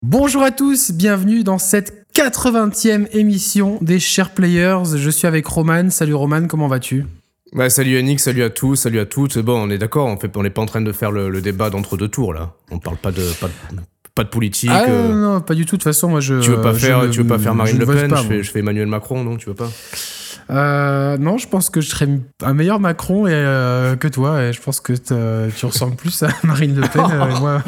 Bonjour à tous, bienvenue dans cette 80e émission des Chers Players. Je suis avec Roman. Salut Roman, comment vas-tu ? Salut Yannick, salut à tous, salut à toutes. Bon, on est d'accord, on n'est pas en train de faire le débat d'entre deux tours là. On parle pas de politique. Non, pas du tout. De toute façon, moi je. Tu veux pas faire Marine Le Pen, je fais Emmanuel Macron, non, tu veux pas ? Non, je pense que je serais un meilleur Macron que toi. Et je pense que tu ressembles plus à Marine Le Pen. Et moi...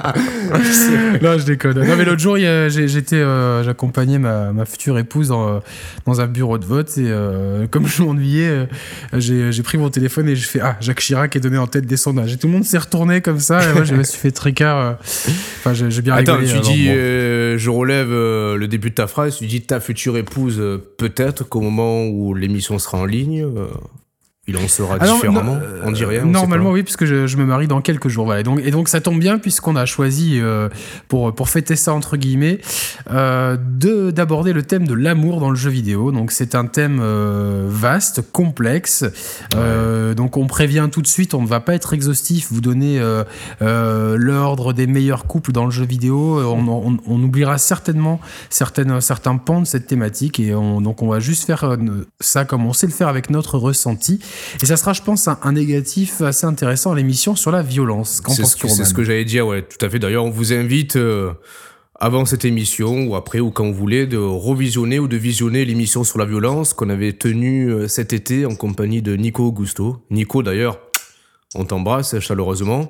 Non, je déconne. Non, mais l'autre jour, j'accompagnais ma future épouse dans un bureau de vote. Et comme je m'ennuyais, j'ai pris mon téléphone et j'ai fait Jacques Chirac est donné en tête des sondages. Et tout le monde s'est retourné comme ça. Et moi, je me suis fait tricard. Enfin, j'ai bien rigolé. Attends, tu dis, je relève le début de ta phrase. Tu dis ta future épouse, peut-être qu'au moment où l'émission sera en ligne, il en sera différemment. On dit rien. Normalement, oui, puisque je me marie dans quelques jours. Voilà. Et donc ça tombe bien, puisqu'on a choisi, pour fêter ça, entre guillemets, d'aborder le thème de l'amour dans le jeu vidéo. Donc c'est un thème vaste, complexe. Donc on prévient tout de suite, on ne va pas être exhaustif, vous donner l'ordre des meilleurs couples dans le jeu vidéo. On oubliera certainement certains pans de cette thématique. Et donc on va juste faire ça comme on sait le faire avec notre ressenti. Et ça sera, je pense, un négatif assez intéressant à l'émission sur la violence. C'est ce que j'allais dire, ouais, tout à fait. D'ailleurs, on vous invite, avant cette émission, ou après, ou quand vous voulez, de revisionner ou de visionner l'émission sur la violence qu'on avait tenue cet été en compagnie de Nico Augusto. Nico, d'ailleurs, on t'embrasse chaleureusement.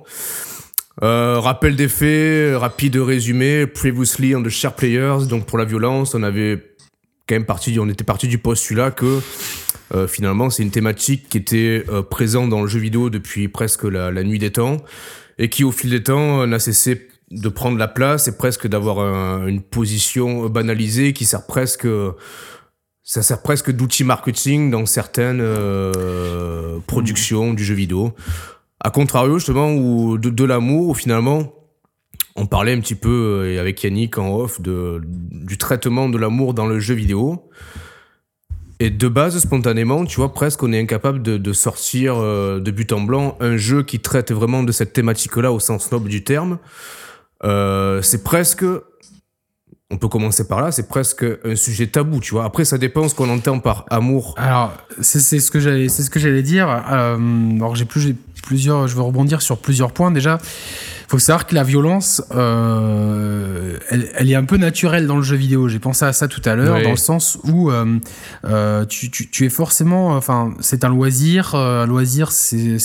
Rappel des faits, rapide résumé, previously on the Chers Players. Donc, pour la violence, on était parti du postulat que finalement, c'est une thématique qui était présente dans le jeu vidéo depuis presque la nuit des temps et qui, au fil des temps, n'a cessé de prendre la place et presque d'avoir une position banalisée qui sert presque d'outil marketing dans certaines productions du jeu vidéo. À contrario, justement, où de l'amour, où finalement, on parlait un petit peu, et avec Yannick en off, du traitement de l'amour dans le jeu vidéo. Et de base, spontanément, tu vois, presque on est incapable de sortir de but en blanc un jeu qui traite vraiment de cette thématique-là au sens noble du terme. C'est presque, on peut commencer par là, c'est presque un sujet tabou, tu vois. Après, ça dépend ce qu'on entend par amour. Alors, c'est ce que j'allais dire. Alors, j'ai plusieurs, je veux rebondir sur plusieurs points. Déjà, faut savoir que la violence, elle est un peu naturelle dans le jeu vidéo. J'ai pensé à ça tout à l'heure, dans le sens où tu es forcément, enfin, c'est un loisir. Un loisir, c'est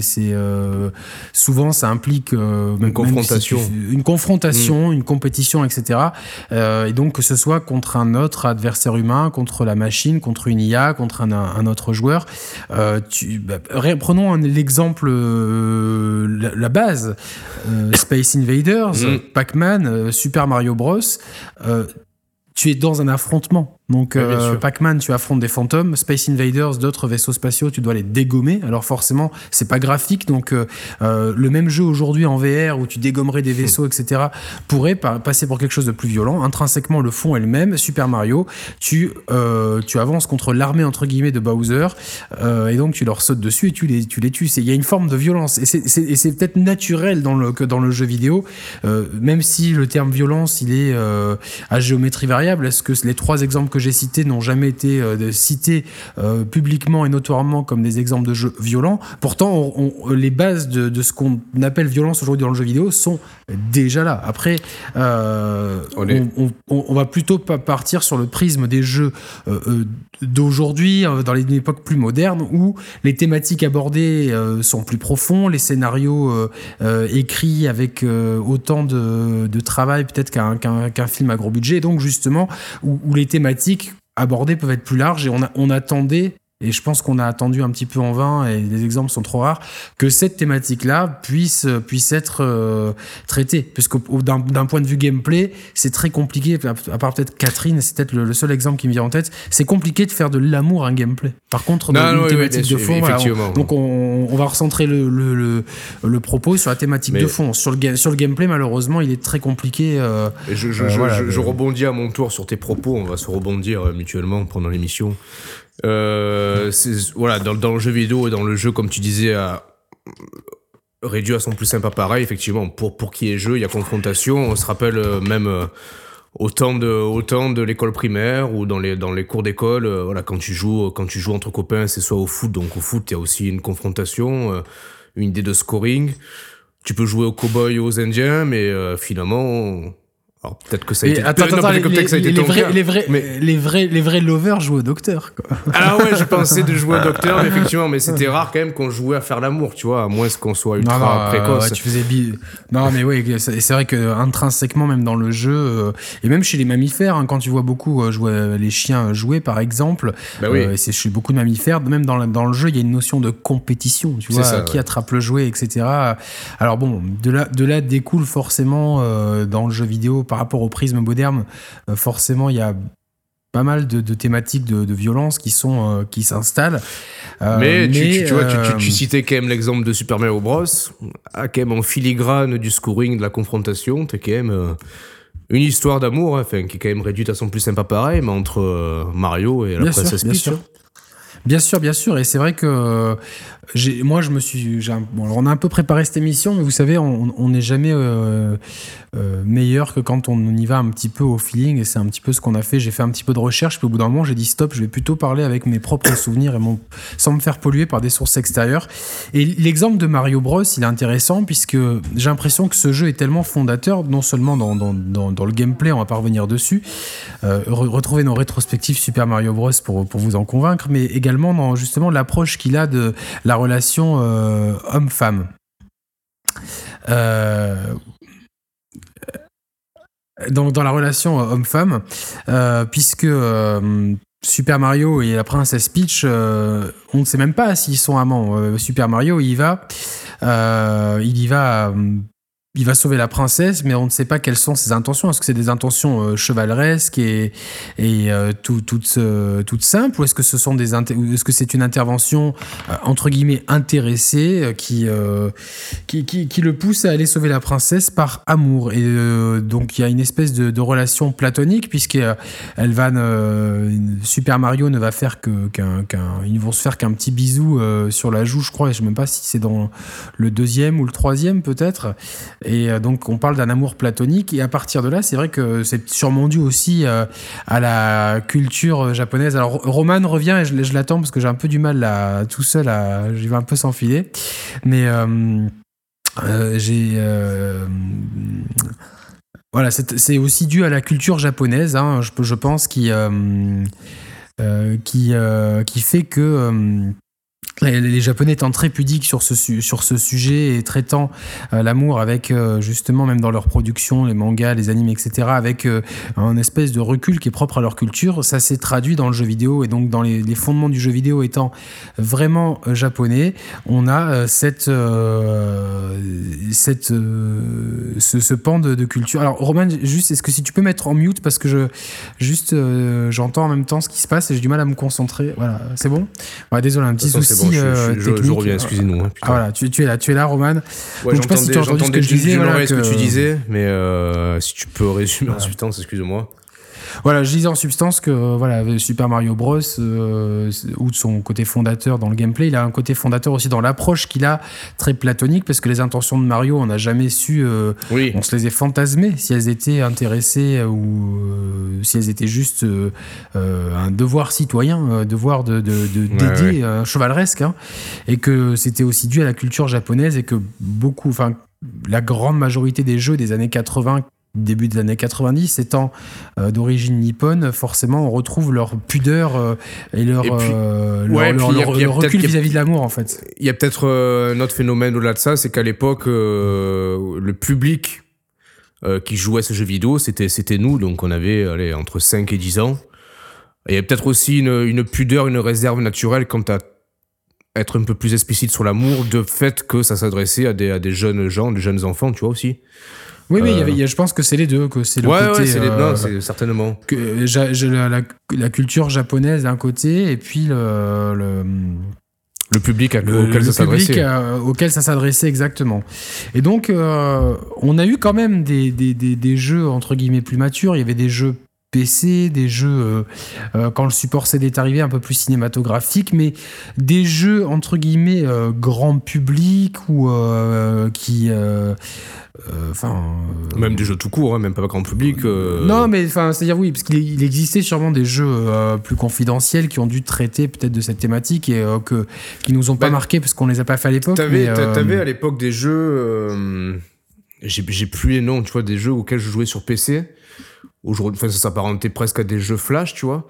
souvent ça implique une confrontation, une compétition, etc. Et donc que ce soit contre un autre adversaire humain, contre la machine, contre une IA, contre un autre joueur. Prenons l'exemple, la base. Space Invaders, Pac-Man, Super Mario Bros. Tu es dans un affrontement. Donc, Pac-Man, tu affrontes des fantômes. Space Invaders, d'autres vaisseaux spatiaux, tu dois les dégommer. Alors forcément, c'est pas graphique. Donc, le même jeu aujourd'hui en VR où tu dégommerais des vaisseaux, etc., pourrait passer pour quelque chose de plus violent. Intrinsèquement, le fond est le même. Super Mario, tu avances contre l'armée, entre guillemets, de Bowser. Et donc, tu leur sautes dessus et tu les tues. Il y a une forme de violence. Et c'est peut-être naturel dans le jeu vidéo. Même si le terme violence, il est à géométrie variable. Est-ce que les trois exemples que j'ai cités n'ont jamais été cités publiquement et notoirement comme des exemples de jeux violents. Pourtant, les bases de ce qu'on appelle violence aujourd'hui dans le jeu vidéo sont déjà là. Après, on va plutôt partir sur le prisme des jeux d'aujourd'hui, dans les époques plus modernes, où les thématiques abordées sont plus profonds, les scénarios écrits avec autant de travail peut-être qu'un film à gros budget, et donc justement où les thématiques abordées peuvent être plus larges, et on attendait, et je pense qu'on a attendu un petit peu en vain, et les exemples sont trop rares, que cette thématique-là puisse être traitée. Puisque d'un point de vue gameplay, c'est très compliqué, à part peut-être Catherine, c'est peut-être le seul exemple qui me vient en tête, c'est compliqué de faire de l'amour un gameplay. Par contre, une thématique de fond, donc on va recentrer le propos sur la thématique de fond. Sur le gameplay, malheureusement, il est très compliqué. Je rebondis à mon tour sur tes propos, on va se rebondir mutuellement pendant l'émission. Dans le jeu vidéo et dans le jeu, comme tu disais, réduit à son plus simple appareil, effectivement, pour qu'il y ait jeu, il y a confrontation. On se rappelle même au temps de l'école primaire ou dans les cours d'école, voilà, quand tu joues entre copains, c'est soit au foot, donc au foot, il y a aussi une confrontation, une idée de scoring. Tu peux jouer aux cow-boys ou aux indiens, mais finalement... Alors peut-être que ça a été... les vrais lovers jouent au docteur, quoi. Ah ouais, j'ai pensé de jouer au docteur, mais effectivement, mais c'était rare quand même qu'on jouait à faire l'amour, tu vois, à moins qu'on soit ultra précoce. Ouais, tu faisais non, mais oui, c'est vrai que intrinsèquement, même dans le jeu, et même chez les mammifères, hein, quand tu vois beaucoup jouer, les chiens jouer, par exemple, bah oui. C'est chez beaucoup de mammifères, même dans le jeu, il y a une notion de compétition, tu vois, ça, qui attrape le jouet, etc. Alors bon, de là découle forcément dans le jeu vidéo, par rapport au prisme moderne, forcément, il y a pas mal de thématiques de violence qui s'installent. Mais tu vois, tu citais quand même l'exemple de Super Mario Bros. Quand même en filigrane du scoring, de la confrontation, t'as quand même une histoire d'amour, enfin, qui est quand même réduite à son plus simple appareil, mais entre Mario et la princesse Peach. Bien sûr, et c'est vrai que on a un peu préparé cette émission, mais vous savez, on n'est jamais meilleur que quand on y va un petit peu au feeling, et c'est un petit peu ce qu'on a fait. J'ai fait un petit peu de recherche, puis au bout d'un moment, j'ai dit stop, je vais plutôt parler avec mes propres souvenirs sans me faire polluer par des sources extérieures. Et l'exemple de Mario Bros, il est intéressant, puisque j'ai l'impression que ce jeu est tellement fondateur, non seulement dans le gameplay, on va pas revenir dessus, retrouvez nos rétrospectives Super Mario Bros pour vous en convaincre, mais également dans justement l'approche qu'il a de la relation homme-femme. Dans la relation homme-femme, puisque Super Mario et la princesse Peach, on ne sait même pas s'ils sont amants. Super Mario, il y va sauver la princesse, mais on ne sait pas quelles sont ses intentions. Est-ce que c'est des intentions chevaleresques et toutes simples, ou est-ce que est-ce que c'est une intervention entre guillemets intéressée qui le pousse à aller sauver la princesse par amour? Et donc il y a une espèce de relation platonique, puisqu'elle va Super Mario ne va faire ils vont se faire qu'un petit bisou sur la joue, je crois. Je ne sais même pas si c'est dans le 2e ou le 3e peut-être. Et donc on parle d'un amour platonique, et à partir de là, c'est vrai que c'est sûrement dû aussi à la culture japonaise. Alors Roman revient, et je l'attends parce que j'ai un peu du mal là, tout seul, j'y vais un peu s'enfiler, mais voilà, c'est aussi dû à la culture japonaise, hein, je pense, qui fait que les Japonais étant très pudiques sur ce sujet, et traitant l'amour avec justement, même dans leur production, les mangas, les animes, etc., avec un espèce de recul qui est propre à leur culture, ça s'est traduit dans le jeu vidéo. Et donc dans les fondements du jeu vidéo étant vraiment japonais, on a ce pan de culture. Alors Roman, juste, est-ce que si tu peux mettre en mute, parce que j'entends en même temps ce qui se passe et j'ai du mal à me concentrer. Voilà, c'est bon. Ouais, désolé, un petit souci. Bon, je reviens, excusez-nous. Hein, voilà, tu es là, Roman. Ouais, donc, je sais pas si tu as entendu ce que je disais. Ce que tu disais, mais si tu peux résumer en substance, excuse-moi. Voilà, je disais en substance que Super Mario Bros, ou de son côté fondateur dans le gameplay, il a un côté fondateur aussi dans l'approche qu'il a, très platonique, parce que les intentions de Mario, on n'a jamais su, on se les est fantasmées, si elles étaient intéressées ou si elles étaient juste un devoir citoyen, devoir d'aider, chevaleresque, hein, et que c'était aussi dû à la culture japonaise, et que la grande majorité des jeux des années 80, début des années 90, étant d'origine nippone, forcément on retrouve leur pudeur et leur recul vis-à-vis de l'amour, en fait. Il y a peut-être un autre phénomène au-delà de ça, c'est qu'à l'époque le public qui jouait à ce jeu vidéo, c'était nous, donc on avait entre 5 et 10 ans. Et il y a peut-être aussi une pudeur, une réserve naturelle quant à être un peu plus explicite sur l'amour, de fait que ça s'adressait à des jeunes gens, des jeunes enfants, tu vois, aussi. Oui, je pense que c'est les deux, que c'est le côté. C'est les deux, c'est certainement. La culture japonaise d'un côté, et puis le public auquel ça s'adressait, exactement. Et donc, on a eu quand même des jeux entre guillemets plus matures. Il y avait des jeux PC, des jeux quand le support CD est arrivé un peu plus cinématographique, mais des jeux entre guillemets grand public ou qui même des jeux tout court, hein, même pas grand public. Non, mais c'est-à-dire oui, parce qu'il existait sûrement des jeux plus confidentiels qui ont dû traiter peut-être de cette thématique et qui nous ont pas marqué parce qu'on les a pas fait à l'époque. T'avais à l'époque des jeux, j'ai plus les noms, tu vois, des jeux auxquels je jouais sur PC. Aujourd'hui, ça s'apparentait presque à des jeux flash, tu vois,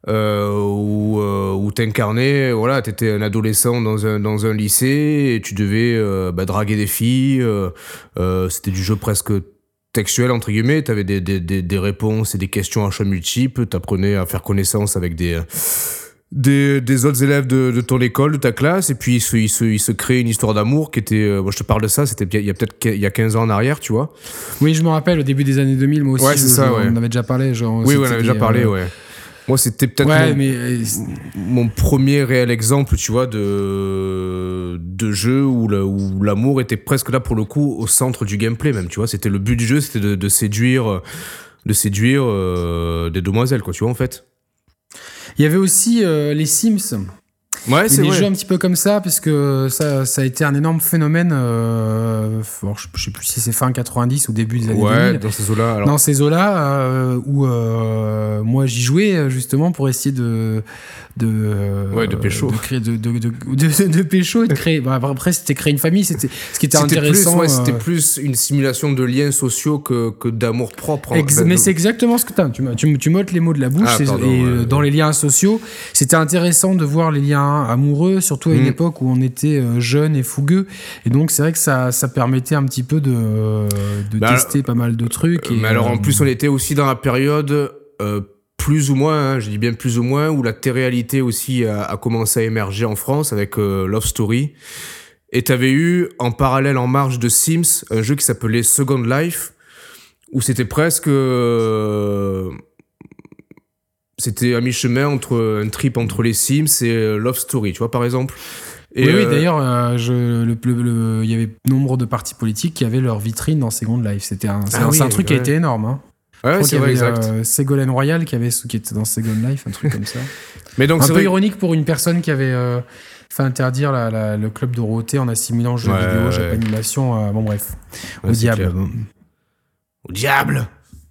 où t'incarnais, voilà, t'étais un adolescent dans un lycée et tu devais draguer des filles. C'était du jeu presque textuel entre guillemets. T'avais des réponses et des questions à choix multiples. T'apprenais à faire connaissance avec des autres élèves de ton école, de ta classe, et puis il se crée une histoire d'amour qui était... moi, je te parle de ça, c'était il y a 15 ans en arrière, tu vois. Oui, je me rappelle, au début des années 2000, moi aussi, on avait déjà parlé. Oui, on avait déjà parlé, ouais. Moi, c'était peut-être mon premier réel exemple, tu vois, de jeu où l'amour était presque là, pour le coup, au centre du gameplay, même, tu vois. C'était le but du jeu, c'était de séduire des demoiselles, quoi, tu vois, en fait. Il y avait aussi les Sims. Ouais, c'est des vrai. jeux un petit peu comme ça, parce que ça a été un énorme phénomène. Je sais plus si c'est fin 90 ou début des années 2000. Dans ces eaux-là. Dans ces eaux-là, où moi j'y jouais justement pour essayer de pécho. De pécho et de créer. Après, c'était créer une famille. Ce qui était intéressant. C'était plus une simulation de liens sociaux que d'amour propre. Mais c'est exactement ce que tu m'ôtes les mots de la bouche. Dans les liens sociaux, c'était intéressant de voir les liens amoureux, surtout à une époque où on était jeune et fougueux. Et donc, c'est vrai que ça permettait un petit peu de tester pas mal de trucs. Mais alors, en plus, on était aussi dans la période... plus ou moins, hein, je dis bien plus ou moins, où la télé-réalité aussi a commencé à émerger en France avec Love Story. Et t'avais eu, en parallèle, en marge de Sims, un jeu qui s'appelait Second Life, où c'était presque... c'était à mi-chemin entre un trip entre les Sims et Love Story, tu vois, par exemple. Et oui, d'ailleurs, il y avait nombre de partis politiques qui avaient leur vitrine dans Second Life. C'est un truc qui a été énorme, hein. Ouais, c'est vrai, exact. Ségolène Royal qui était dans Second Life, un truc comme ça. Mais donc, un peu ironique pour une personne qui avait fait interdire le club Dorothée en assimilant jeux vidéo, jeux d'animation. Bon, bref. Au diable. Au diable.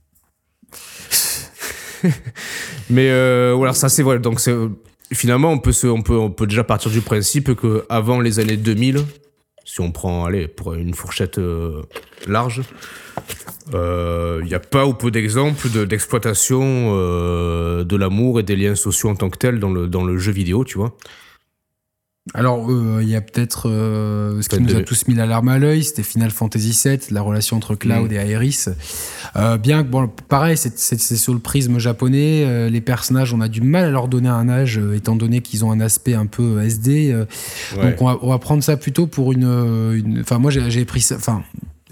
Mais voilà, ça c'est vrai. Donc finalement, on peut déjà partir du principe que avant les années 2000, si on prend, pour une fourchette large, il n'y a pas ou peu d'exemples d'exploitation de l'amour et des liens sociaux en tant que tels dans le jeu vidéo, tu vois. Alors, il y a peut-être ce qui nous a tous mis la larme à l'œil, c'était Final Fantasy VII, la relation entre Cloud et Aeris. Bien que, bon, pareil, c'est sur le prisme japonais, les personnages, on a du mal à leur donner un âge, étant donné qu'ils ont un aspect un peu SD. Donc, on va prendre ça plutôt pour Enfin, moi, j'avais pris ça... Enfin,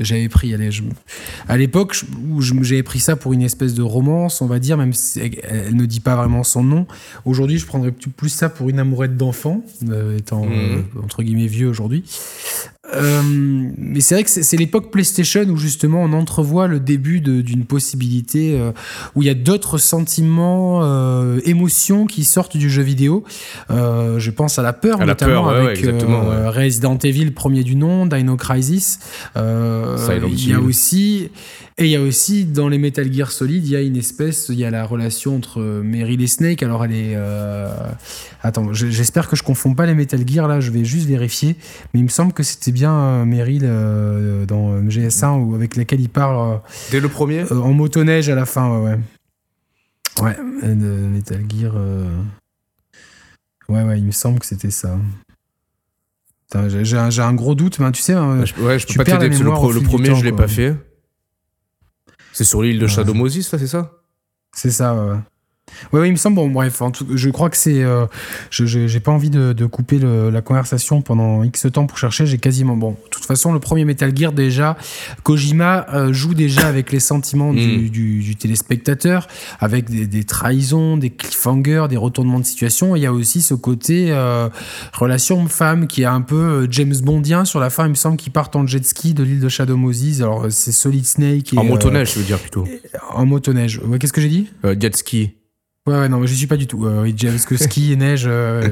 à l'époque où j'avais pris ça pour une espèce de romance, on va dire, même si elle ne dit pas vraiment son nom. Aujourd'hui, je prendrais plus ça pour une amourette d'enfant, étant entre guillemets vieux aujourd'hui. Mais c'est vrai que c'est l'époque PlayStation où justement on entrevoit le début d'une possibilité où il y a d'autres sentiments, émotions qui sortent du jeu vidéo. Je pense à la peur, notamment avec Resident Evil, premier du nom, Dino Crisis. Il y a aussi dans les Metal Gear Solid, il y a la relation entre Meryl et Snake. Alors elle est... Attends, j'espère que je confonds pas les Metal Gear là, je vais juste vérifier. Mais il me semble que c'était bien Meryl dans MGS1 avec laquelle il parle... Dès le premier en motoneige à la fin, ouais. Ouais, Metal Gear... Ouais, il me semble que c'était ça. Putain, j'ai un gros doute, mais tu sais... je peux pas t'aider parce que le premier, je l'ai pas fait. C'est sur l'île de Shadow Moses, là, c'est ça ? C'est ça, ouais. Oui, il me semble. Bon, bref, je crois que c'est. J'ai pas envie de couper la conversation pendant X temps pour chercher. J'ai quasiment. Bon, de toute façon, le premier Metal Gear, déjà, Kojima joue déjà avec les sentiments du téléspectateur, avec des trahisons, des cliffhangers, des retournements de situation. Et il y a aussi ce côté relation homme-femme qui est un peu James Bondien. Sur la fin, il me semble qu'ils partent en jet ski de l'île de Shadow Moses. Alors, c'est Solid Snake. En motoneige, je veux dire plutôt. En motoneige. Ouais, qu'est-ce que j'ai dit Jet ski. Ouais, non, mais j'y suis pas du tout. Oui, parce que ski et neige,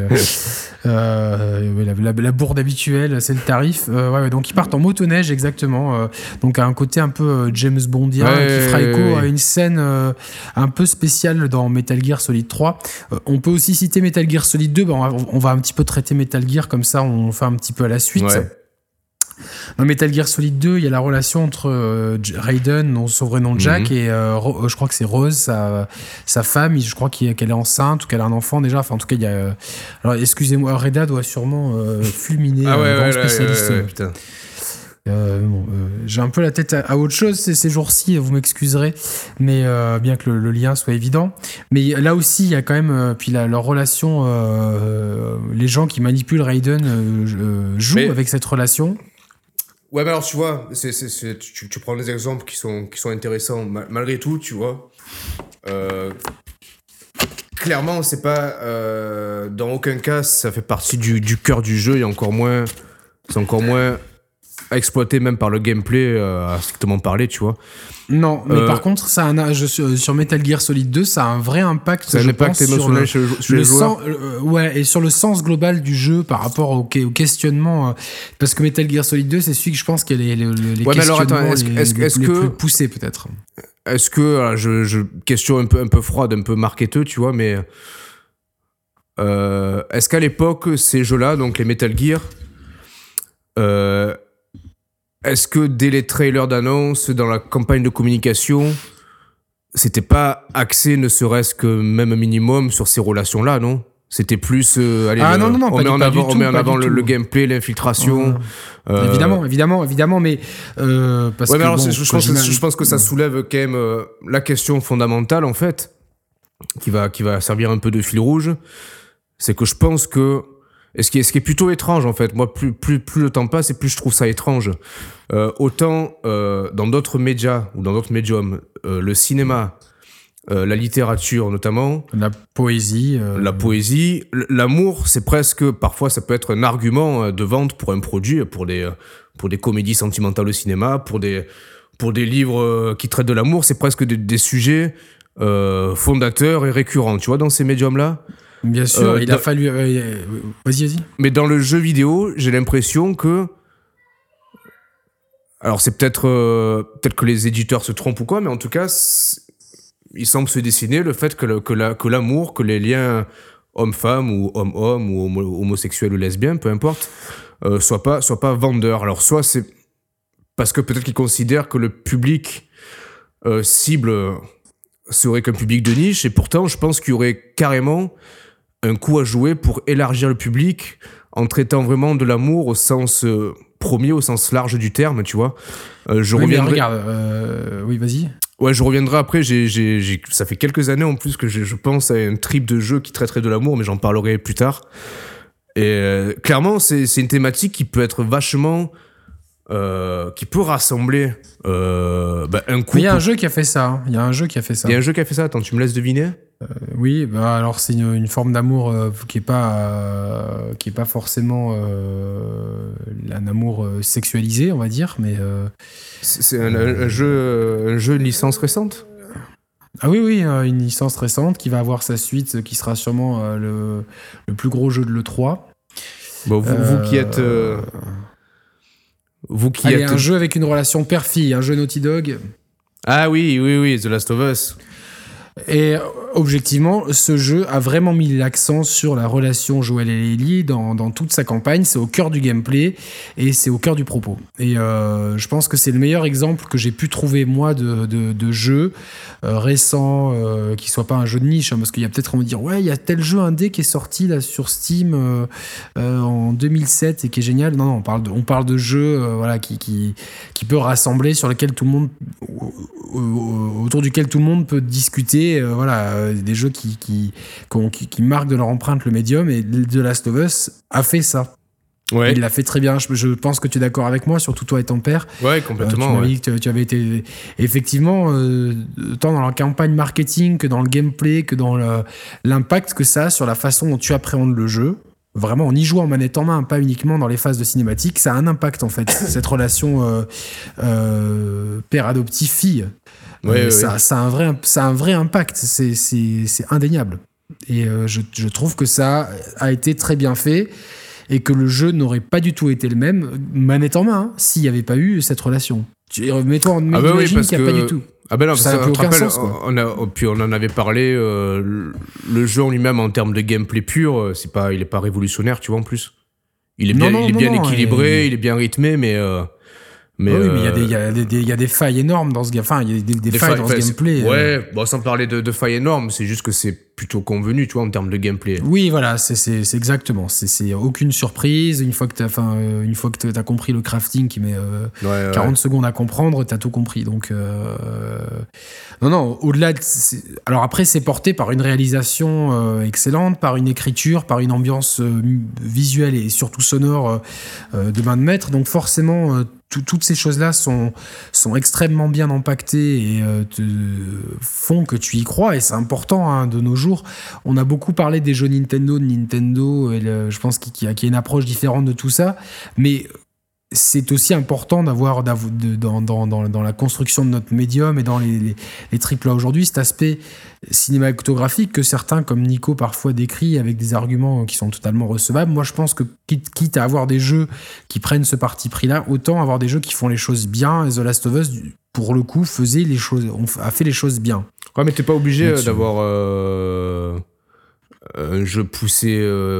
la bourde habituelle, c'est le tarif. Ouais, donc ils partent en motoneige, exactement. Donc à un côté un peu James Bondien, qui fera écho à une scène un peu spéciale dans Metal Gear Solid 3. On peut aussi citer Metal Gear Solid 2. On va un petit peu traiter Metal Gear, comme ça on fait un petit peu à la suite. Ouais. Dans Metal Gear Solid 2, il y a la relation entre Raiden, son vrai nom Jack, et je crois que c'est Rose, sa femme. Je crois qu'elle est enceinte ou qu'elle a un enfant déjà. Enfin, en tout cas, il y a. Alors, excusez-moi, Reda doit sûrement fulminer un grand spécialiste. Ouais, putain. J'ai un peu la tête à autre chose ces jours-ci, vous m'excuserez, mais bien que le lien soit évident. Mais là aussi, il y a quand même puis leur relation, les gens qui manipulent Raiden jouent avec cette relation. Ouais, mais alors tu vois, tu prends des exemples qui sont intéressants malgré tout, tu vois. Clairement, c'est pas dans aucun cas ça fait partie du cœur du jeu, et c'est encore moins exploité même par le gameplay à strictement parler, tu vois. Non, mais par contre, ça a sur Metal Gear Solid 2, ça a un vrai impact. Ça a un impact émotionnel sur les joueurs. Ouais, et sur le sens global du jeu par rapport au questionnement. Parce que Metal Gear Solid 2, c'est celui que je pense qu'il y a les questionnements les plus poussés, peut-être. Est-ce que, question un peu froide, un peu marketeux, tu vois, mais est-ce qu'à l'époque, ces jeux-là, donc les Metal Gear, est-ce que dès les trailers d'annonce, dans la campagne de communication, c'était pas axé, ne serait-ce que même un minimum, sur ces relations-là, non ? C'était plus... on met en avant le gameplay, l'infiltration. Évidemment, mais... parce que, alors, je pense que ça soulève quand même la question fondamentale, en fait, qui va servir un peu de fil rouge. C'est que je pense que... Et ce qui est plutôt étrange, en fait, moi, plus le temps passe et plus je trouve ça étrange. Autant dans d'autres médias ou dans d'autres médiums, le cinéma, la littérature notamment, la poésie, l'amour, c'est presque, parfois ça peut être un argument de vente pour un produit, pour des comédies sentimentales au cinéma, pour des livres qui traitent de l'amour, c'est presque des sujets fondateurs et récurrents, tu vois, dans ces médiums-là. Bien sûr, il a fallu... Vas-y. Mais dans le jeu vidéo, j'ai l'impression que... Alors c'est peut-être que les éditeurs se trompent ou quoi, mais en tout cas, il semble se dessiner le fait que l'amour, que les liens homme-femme ou homme-homme ou homosexuel ou lesbien, peu importe, soient pas vendeurs. Alors soit c'est parce que peut-être qu'ils considèrent que le public cible serait qu'un public de niche, et pourtant je pense qu'il y aurait carrément un coup à jouer pour élargir le public en traitant vraiment de l'amour au sens premier, au sens large du terme, tu vois. Reviendrai... oui, vas-y. Ouais, je reviendrai après. Ça fait quelques années en plus que je pense à un trip de jeu qui traiterait de l'amour, mais j'en parlerai plus tard. Et clairement, c'est une thématique qui peut être vachement... qui peut rassembler un couple. Il y a un jeu qui a fait ça. Attends, tu me laisses deviner ? Oui, alors c'est une forme d'amour qui est pas forcément un amour sexualisé, on va dire, mais c'est un jeu, une licence récente. Ah oui, une licence récente qui va avoir sa suite, qui sera sûrement le plus gros jeu de l'E3. Bon, vous qui êtes un jeu avec une relation père-fille, un jeu Naughty Dog. Ah oui, The Last of Us. Et objectivement, ce jeu a vraiment mis l'accent sur la relation Joel et Ellie dans toute sa campagne. C'est au cœur du gameplay et c'est au cœur du propos. Et je pense que c'est le meilleur exemple que j'ai pu trouver, moi, de jeu récent, qui soit pas un jeu de niche, hein, parce qu'il y a peut-être, on va dire, ouais, il y a tel jeu indé qui est sorti là sur Steam en 2007 et qui est génial. Non, on parle de jeu voilà, qui peut rassembler, sur lequel tout le monde, autour duquel tout le monde peut discuter idée, des jeux qui marquent de leur empreinte le médium, et The Last of Us a fait ça. Ouais. Il l'a fait très bien. Je pense que tu es d'accord avec moi, surtout toi et ton père. Ouais, complètement. Tu m'avais dit que tu avais été effectivement tant dans la campagne marketing que dans le gameplay, que dans l'impact que ça a sur la façon dont tu appréhendes le jeu. Vraiment, on y joue en manette en main, pas uniquement dans les phases de cinématique. Ça a un impact en fait. Cette relation père adoptif fille. Ça a un vrai impact. C'est indéniable. Et je trouve que ça a été très bien fait. Et que le jeu n'aurait pas du tout été le même, manette en main, s'il n'y avait pas eu cette relation. Mets-toi en imagine qu'il n'y a pas du tout. Ah ben non, ça n'a plus aucun sens, quoi. Puis on en avait parlé, le jeu en lui-même, en termes de gameplay pur, il est pas révolutionnaire, tu vois, en plus. Il est bien équilibré, il est bien rythmé, mais mais il y a des failles énormes dans ce gameplay. Enfin, il y a des failles dans ce gameplay. Ouais, bon, sans parler de failles énormes, c'est juste que c'est plutôt convenu, tu vois, en termes de gameplay. Oui, voilà, c'est exactement. C'est aucune surprise. Une fois que t'as compris le crafting qui met 40 secondes à comprendre, t'as tout compris. Donc, non, au-delà alors après, c'est porté par une réalisation excellente, par une écriture, par une ambiance visuelle et surtout sonore de main de maître. Donc forcément, toutes ces choses-là sont extrêmement bien impactées et te font que tu y crois, et c'est important de nos jours. On a beaucoup parlé des jeux Nintendo, et je pense qu'il y a une approche différente de tout ça, mais c'est aussi important d'avoir dans la construction de notre médium et dans les AAA aujourd'hui, cet aspect cinématographique que certains comme Nico parfois décrit avec des arguments qui sont totalement recevables. Moi je pense que quitte à avoir des jeux qui prennent ce parti pris là, autant avoir des jeux qui font les choses bien. Et The Last of Us pour le coup a fait les choses bien. Ouais, mais t'es pas obligé d'avoir un jeu poussé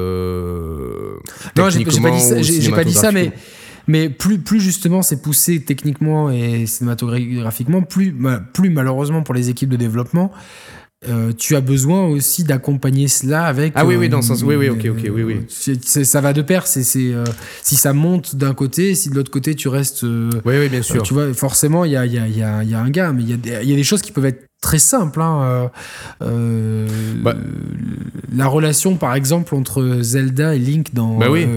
non, j'ai pas dit ça, mais plus justement c'est poussé techniquement et cinématographiquement, plus malheureusement pour les équipes de développement, tu as besoin aussi d'accompagner cela avec... oui, dans le sens... Oui, ok. Ça va de pair, si ça monte d'un côté, si de l'autre côté tu restes... oui, bien sûr. Tu vois, forcément, il y a un gars, mais il y a des choses qui peuvent être très simples. La relation, par exemple, entre Zelda et Link dans...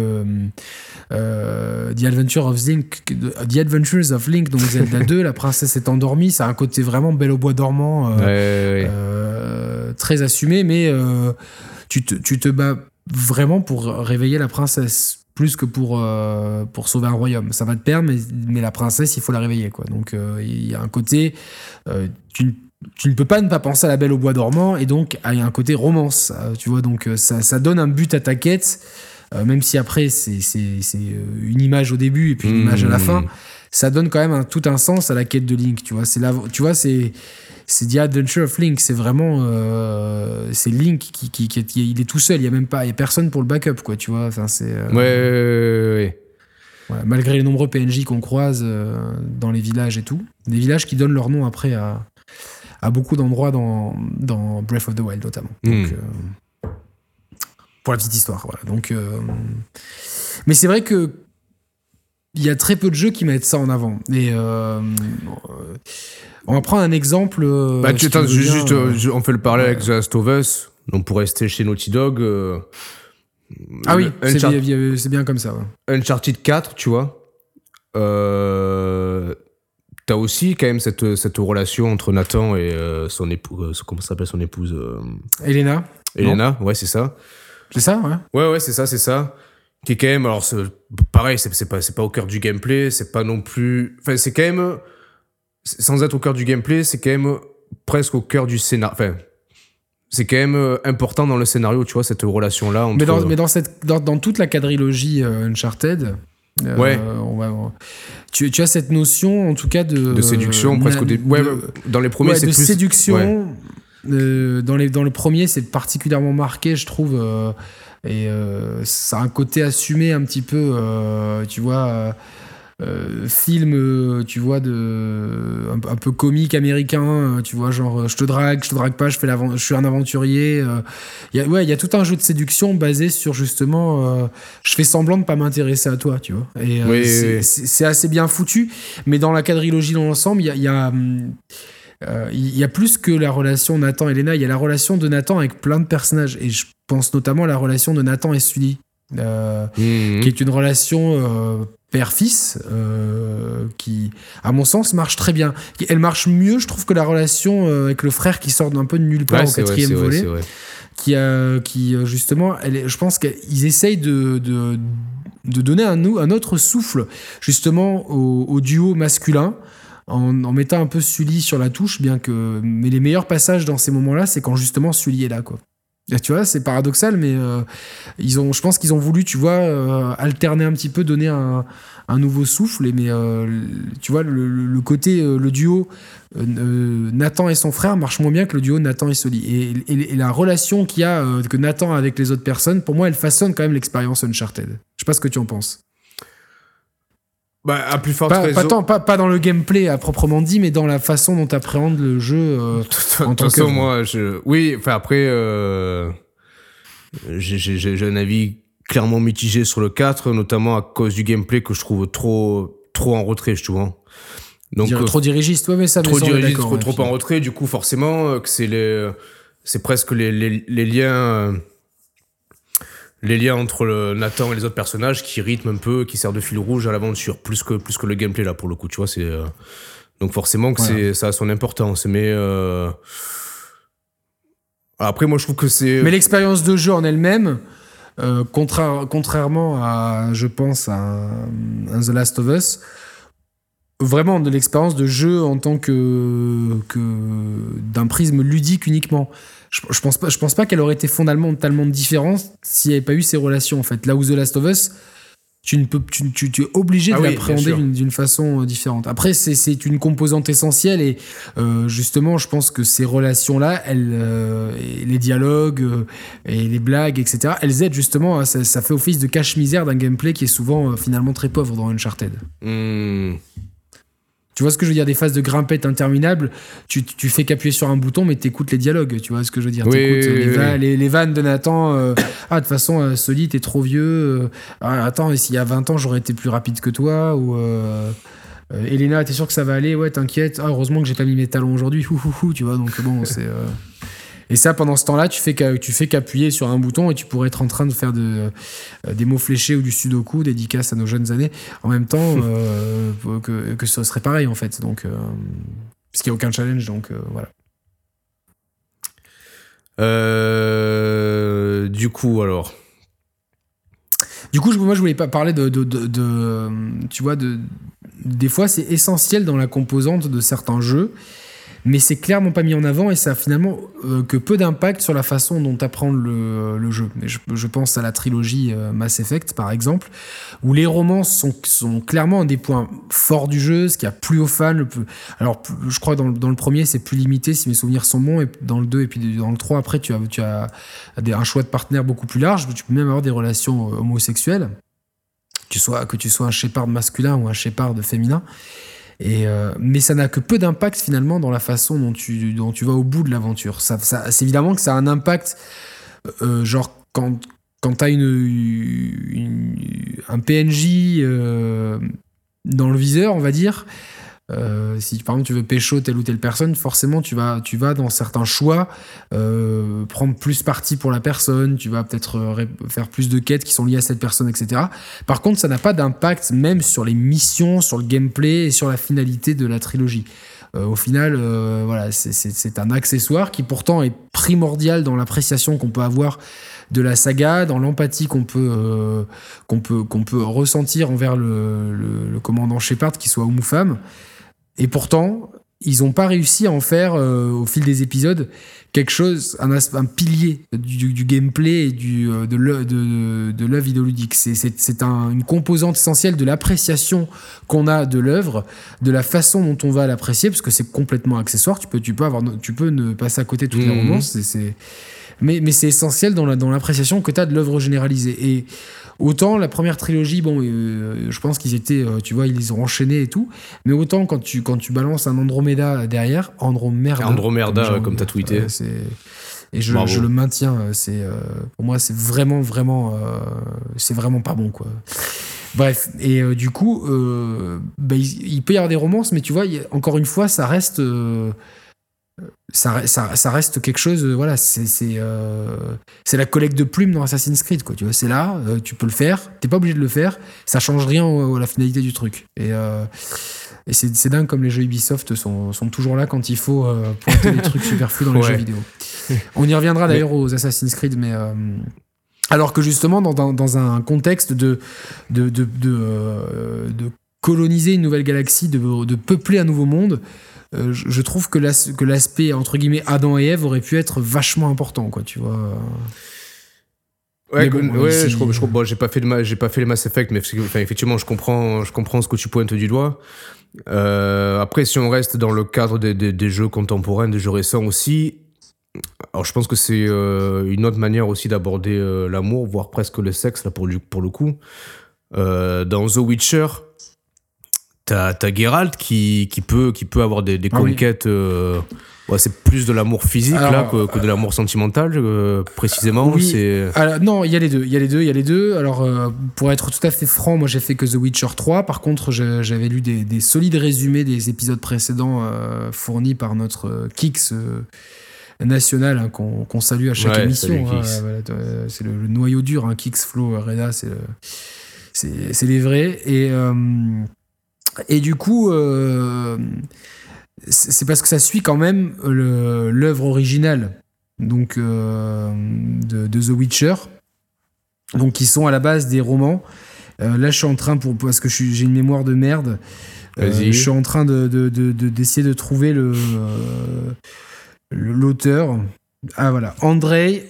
The Adventures of Link, donc Zelda 2, la princesse est endormie, ça a un côté vraiment Belle au bois dormant, très assumé, mais tu te bats vraiment pour réveiller la princesse plus que pour sauver un royaume. Ça va de pair, mais la princesse, il faut la réveiller, quoi. Donc il y a un côté tu ne peux pas ne pas penser à la Belle au bois dormant, et donc il y a un côté romance, tu vois, donc ça donne un but à ta quête. Même si après c'est une image au début et puis une image à la fin, ça donne quand même tout un sens à la quête de Link, tu vois. C'est The Adventure of Link, c'est vraiment c'est Link qui il est tout seul, il y a personne pour le backup, quoi, tu vois. Enfin c'est ouais. Voilà, malgré les nombreux PNJ qu'on croise dans les villages et tout, des villages qui donnent leur nom après à beaucoup d'endroits dans Breath of the Wild notamment. Donc pour la petite histoire, voilà. Donc, mais c'est vrai que il y a très peu de jeux qui mettent ça en avant. Et on va prendre un exemple. On fait le parallèle avec The Last of Us. Donc pour rester chez Naughty Dog. C'est bien comme ça. Ouais. Uncharted 4, tu vois. T'as aussi quand même cette relation entre Nathan et son épouse. Comment s'appelle son épouse Elena, ouais, c'est ça. C'est ça, ouais. Ouais, c'est ça. Qui est quand même, alors pareil, c'est pas au cœur du gameplay, c'est pas non plus, enfin c'est quand même, sans être au cœur du gameplay, c'est quand même presque au cœur du scénario. Enfin, c'est quand même important dans le scénario, tu vois, cette relation là entre. Mais dans toute la quadrilogie Uncharted. Tu as cette notion, en tout cas de séduction, presque au début. Dans les premiers, c'est de plus séduction. Ouais. Dans le premier, c'est particulièrement marqué, je trouve, et ça a un côté assumé un petit peu, tu vois, film, tu vois, un peu comique américain, tu vois, genre je te drague pas, je suis un aventurier. Il y a tout un jeu de séduction basé sur justement, je fais semblant de pas m'intéresser à toi, tu vois. Et c'est assez bien foutu, mais dans la quadrilogie dans l'ensemble, il y a il y a plus que la relation Nathan-Elena, il y a la relation de Nathan avec plein de personnages. Et je pense notamment à la relation de Nathan et Sully, qui est une relation père-fils qui, à mon sens, marche très bien. Elle marche mieux, je trouve, que la relation avec le frère qui sort d'un peu de nulle part au 4e volet. Qui justement, je pense qu'ils essayent de donner un autre souffle, justement, au duo masculin. En mettant un peu Sully sur la touche, mais les meilleurs passages dans ces moments-là, c'est quand justement Sully est là, quoi. Et tu vois, c'est paradoxal, mais je pense qu'ils ont voulu, tu vois, alterner un petit peu, donner un nouveau souffle. Mais tu vois, le côté, le duo Nathan et son frère marche moins bien que le duo Nathan et Sully. Et la relation qu'il y a que Nathan a avec les autres personnes, pour moi, elle façonne quand même l'expérience Uncharted. Je sais pas ce que tu en penses. À plus forte raison. Pas dans le gameplay à proprement dit, mais dans la façon dont tu appréhendes le jeu en tant que... moi, oui, enfin après, j'ai un avis clairement mitigé sur le 4, notamment à cause du gameplay que je trouve trop en retrait, je trouve. Hein. Donc, trop dirigiste, ouais, mais ça... Trop dirigiste, trop en retrait, du coup, forcément, que c'est presque les liens... les liens entre Nathan et les autres personnages qui rythment un peu, qui servent de fil rouge à l'aventure, plus que le gameplay là pour le coup, tu vois, c'est donc forcément que ça a son importance, mais après moi je trouve que c'est... Mais l'expérience de jeu en elle-même, contrairement à, je pense, à The Last of Us, vraiment de l'expérience de jeu en tant que d'un prisme ludique uniquement. Je pense pas qu'elle aurait été fondamentalement différente s'il n'y avait pas eu ces relations, en fait. Là où The Last of Us, tu es obligé de l'appréhender d'une façon différente. Après, c'est une composante essentielle et justement, je pense que ces relations-là, les dialogues et les blagues, etc., elles aident justement, ça fait office de cache-misère d'un gameplay qui est souvent finalement très pauvre dans Uncharted. Tu vois ce que je veux dire, des phases de grimpette interminables, tu fais qu'appuyer sur un bouton, mais t'écoutes les dialogues, tu vois ce que je veux dire. T'écoutes les vannes de Nathan, de toute façon, Sully, t'es trop vieux, attends, et s'il y a 20 ans, j'aurais été plus rapide que toi, ou Elena, t'es sûr que ça va aller, ouais, t'inquiète, heureusement que j'ai pas mis mes talons aujourd'hui, tu vois, donc bon, c'est... Et ça, pendant ce temps-là, tu fais qu'appuyer sur un bouton et tu pourrais être en train de faire des mots fléchés ou du sudoku, dédicace à nos jeunes années, en même temps que ce serait pareil, en fait. Donc, parce qu'il n'y a aucun challenge, donc voilà. Du coup, alors... moi, je voulais pas parler tu vois, des fois, c'est essentiel dans la composante de certains jeux, mais c'est clairement pas mis en avant et ça a finalement que peu d'impact sur la façon dont t'apprends le jeu. Et je pense à la trilogie Mass Effect, par exemple, où les romances sont clairement un des points forts du jeu, ce qui a plu aux fans. Alors, je crois que dans le premier, c'est plus limité, si mes souvenirs sont bons, et dans le 2 et puis dans le 3, après, tu as un choix de partenaires beaucoup plus large. Tu peux même avoir des relations homosexuelles, que tu sois un Shepard masculin ou un Shepard féminin. Mais ça n'a que peu d'impact finalement dans la façon dont tu vas au bout de l'aventure. C'est évidemment que ça a un impact, genre quand t'as un PNJ dans le viseur, on va dire. Si par exemple tu veux pécho telle ou telle personne, forcément tu vas dans certains choix prendre plus parti pour la personne, tu vas peut-être faire plus de quêtes qui sont liées à cette personne, etc. Par contre, ça n'a pas d'impact même sur les missions, sur le gameplay et sur la finalité de la trilogie. Au final, voilà, c'est un accessoire qui pourtant est primordial dans l'appréciation qu'on peut avoir de la saga, dans l'empathie qu'on peut ressentir envers le commandant Shepard, qu'il soit homme ou femme. Et pourtant, ils n'ont pas réussi à en faire, au fil des épisodes, quelque chose, un pilier du gameplay et de l'œuvre vidéoludique. C'est une composante essentielle de l'appréciation qu'on a de l'œuvre, de la façon dont on va l'apprécier, parce que c'est complètement accessoire. Tu peux ne passer à côté de toutes les romances. Mais c'est essentiel dans l'appréciation que tu as de l'œuvre généralisée. Et autant la première trilogie, je pense qu'ils étaient, tu vois, ils les ont enchaînés et tout. Mais autant quand tu balances un Andromeda derrière, Andromeda, comme t'as tweeté. Et je le maintiens. Pour moi, c'est vraiment, vraiment, c'est vraiment pas bon, quoi. Bref, et du coup, il peut y avoir des romances, mais tu vois, encore une fois, ça reste ça reste quelque chose, voilà, c'est la collecte de plumes dans Assassin's Creed, quoi, tu vois, c'est là, tu peux le faire, t'es pas obligé de le faire, ça change rien à la finalité du truc. Et c'est dingue comme les jeux Ubisoft sont toujours là quand il faut pointer des trucs superflus dans les jeux vidéo. On y reviendra d'ailleurs aux Assassin's Creed, mais alors que justement dans un contexte de coloniser une nouvelle galaxie, de peupler un nouveau monde, je trouve que l'aspect entre guillemets Adam et Ève aurait pu être vachement important, quoi, tu vois. Ouais, je comprends. Bon, j'ai pas fait les Mass Effect, mais effectivement, je comprends ce que tu pointes du doigt. Après, si on reste dans le cadre des jeux contemporains, des jeux récents aussi, alors je pense que c'est une autre manière aussi d'aborder l'amour, voire presque le sexe là pour le coup. Dans The Witcher, t'as Geralt qui peut avoir des conquêtes. C'est plus de l'amour physique là que de l'amour sentimental, précisément. Oui. Alors, non, il y a les deux. Alors, pour être tout à fait franc, moi j'ai fait que The Witcher 3. Par contre, j'avais lu des solides résumés des épisodes précédents fournis par notre Kix national, hein, qu'on salue à chaque émission. C'est le noyau dur, hein, Kix, Flo, Reda, c'est les vrais. Et du coup, c'est parce que ça suit quand même l'œuvre originale, donc de The Witcher, donc qui sont à la base des romans. Là, je suis en train parce que j'ai une mémoire de merde. Je suis en train d'essayer de trouver l'auteur. Ah voilà, Andrzej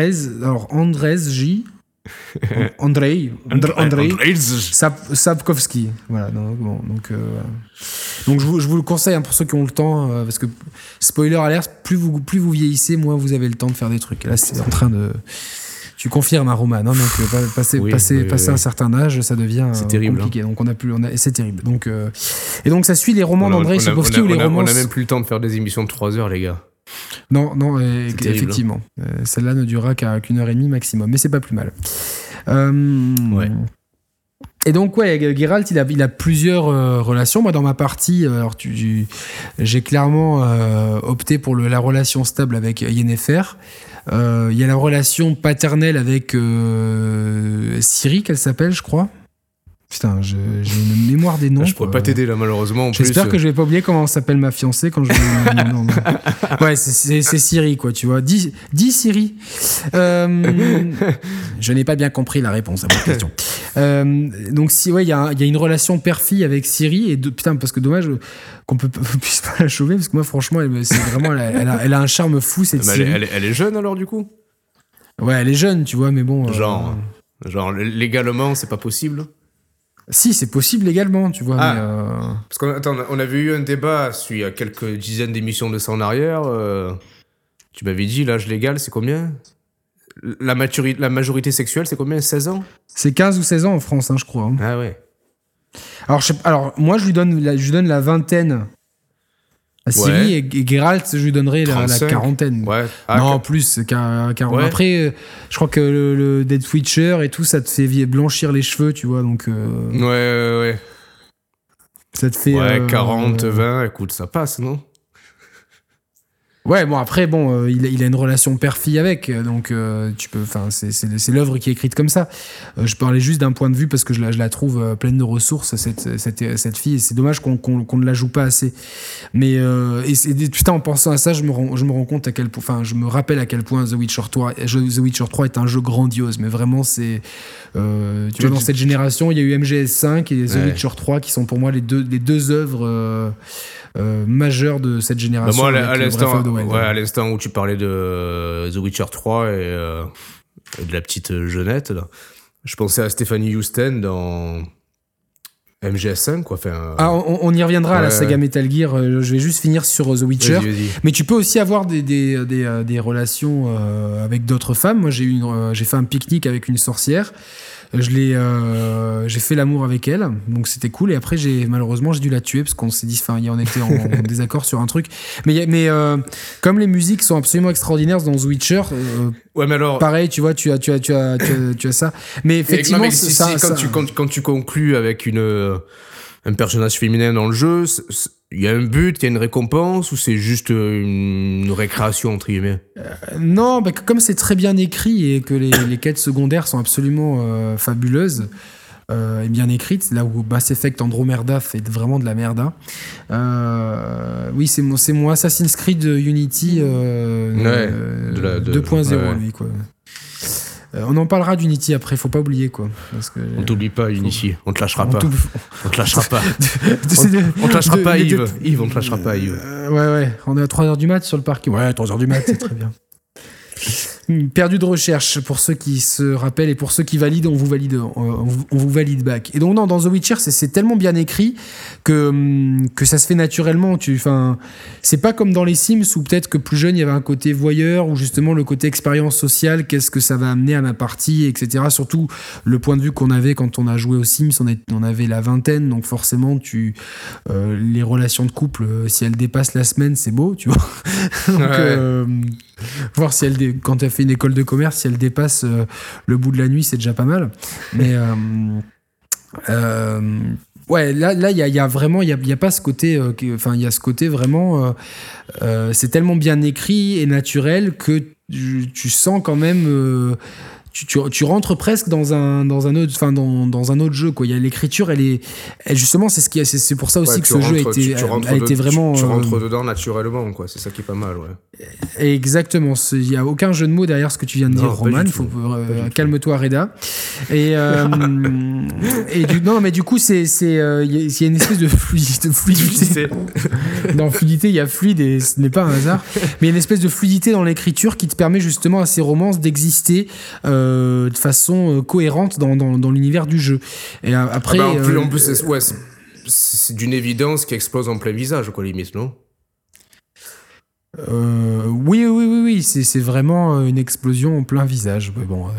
J. Andrzej Sapkowski. Voilà. Donc je vous le conseille, hein, pour ceux qui ont le temps, parce que spoiler alert, plus vous vieillissez, moins vous avez le temps de faire des trucs. Et là, c'est en train de. Tu confirmes, un Roman, hein, donc passer un certain âge, ça devient compliqué. Hein. Donc c'est terrible. Donc et donc ça suit les romans d'Andrzej Sapkowski ou les romans. On a même plus le temps de faire des émissions de 3 heures, les gars. Non, effectivement. Celle-là ne durera qu'une heure et demie maximum, mais c'est pas plus mal. Et donc, Geralt, il a plusieurs relations. Moi, dans ma partie, alors j'ai clairement opté pour la relation stable avec Yennefer. Il y a la relation paternelle avec Ciri, qu'elle s'appelle, je crois. Putain, j'ai une mémoire des noms. Je pourrais pas t'aider là, malheureusement. J'espère que je vais pas oublier comment s'appelle ma fiancée quand je vais. Non. Ouais, c'est Siri, quoi, tu vois. Dis Siri. Je n'ai pas bien compris la réponse à votre question. Donc, il y a une relation père-fille avec Siri. Putain, parce que dommage qu'on puisse pas la chauffer, parce que moi, franchement, c'est vraiment, elle a un charme fou, cette Siri. Elle est jeune alors, du coup? Ouais, elle est jeune, tu vois, mais bon. Genre, légalement, c'est pas possible? Si, c'est possible légalement, tu vois. Parce qu'on avait eu un débat il y a quelques dizaines d'émissions de ça en arrière. Tu m'avais dit, l'âge légal, c'est combien? La majorité sexuelle, c'est combien? 16 ans? C'est 15 ou 16 ans en France, hein, je crois. Hein. Ah ouais. Alors, moi, je lui donne la vingtaine à Ciri, et Geralt, je lui donnerais la quarantaine. Ouais. Non, plus, 40. Ouais. Après, je crois que le Dead Witcher et tout, ça te fait blanchir les cheveux, tu vois, donc... Ouais. Ça te fait... 40, 20, écoute, ça passe, non? Ouais, bon, après, il a une relation père-fille avec, donc tu peux... Enfin, c'est l'œuvre qui est écrite comme ça. Je parlais juste d'un point de vue parce que je la trouve pleine de ressources, cette fille, et c'est dommage qu'on ne la joue pas assez. Mais, putain, en pensant à ça, je me rends compte à quel point... Enfin, je me rappelle à quel point The Witcher 3 est un jeu grandiose, mais vraiment, c'est... tu vois, dans cette génération, il y a eu MGS5 et The Witcher 3 qui sont pour moi les deux œuvres... majeures de cette génération. Moi, à l'instant où tu parlais de The Witcher 3 et de la petite jeunette, là, je pensais à Stephanie Houston dans MGS5, quoi. On y reviendra à la saga Metal Gear. Je vais juste finir sur The Witcher. Vas-y. Mais tu peux aussi avoir des relations avec d'autres femmes. Moi, j'ai fait un pique-nique avec une sorcière. J'ai fait l'amour avec elle, donc c'était cool. Et après, malheureusement, j'ai dû la tuer parce qu'on s'est dit, on était en désaccord sur un truc. Mais comme les musiques sont absolument extraordinaires dans The Witcher, mais alors, pareil, tu vois, tu as ça. Mais effectivement, quand tu conclus avec un personnage féminin dans le jeu, il y a un but, il y a une récompense, ou c'est juste une récréation, entre guillemets? Non, comme c'est très bien écrit et que les quêtes secondaires sont absolument fabuleuses et bien écrites, là où Mass Effect Andromeda fait vraiment de la merda. Oui, c'est mon Assassin's Creed Unity 2.0, lui, quoi. On en parlera d'Unity après, faut pas oublier, quoi. Parce que, on t'oublie pas, Unity. On te lâchera pas. On te lâchera pas. On te lâchera pas, Yves. Yves, on te lâchera pas, Yves. Ouais. On est à 3h du mat sur le parking. Ouais, 3h du mat, c'est très bien. Perdu de recherche, pour ceux qui se rappellent et pour ceux qui valident, on vous valide back. Et donc non, dans The Witcher, c'est tellement bien écrit que ça se fait naturellement. C'est pas comme dans les Sims où peut-être que plus jeune il y avait un côté voyeur ou justement le côté expérience sociale, qu'est-ce que ça va amener à la partie, etc. Surtout le point de vue qu'on avait quand on a joué aux Sims, on avait la vingtaine, donc forcément les relations de couple, si elles dépassent la semaine, c'est beau, tu vois. Donc, voir si quand tu as fait une école de commerce, si elle dépasse le bout de la nuit, c'est déjà pas mal. Mais ouais, là il y a vraiment, il y a pas ce côté, il y a ce côté vraiment, c'est tellement bien écrit et naturel que tu sens quand même. Tu rentres presque dans un autre jeu, quoi. Il y a l'écriture, justement, c'est pour ça aussi que ce jeu a été vraiment. Tu rentres dedans naturellement, quoi. C'est ça qui est pas mal, ouais. Exactement. Il y a aucun jeu de mots derrière ce que tu viens de dire, Roman. Calme-toi, Reda. Et non, mais du coup, il y a une espèce de fluidité. Dans fluidité, il y a fluide et ce n'est pas un hasard. Mais il y a une espèce de fluidité dans l'écriture qui te permet justement à ces romances d'exister de façon cohérente dans l'univers du jeu. Et après, en plus c'est d'une évidence qui explose en plein visage, quoi, limite, non? Oui, c'est vraiment une explosion en plein visage. Mais bon,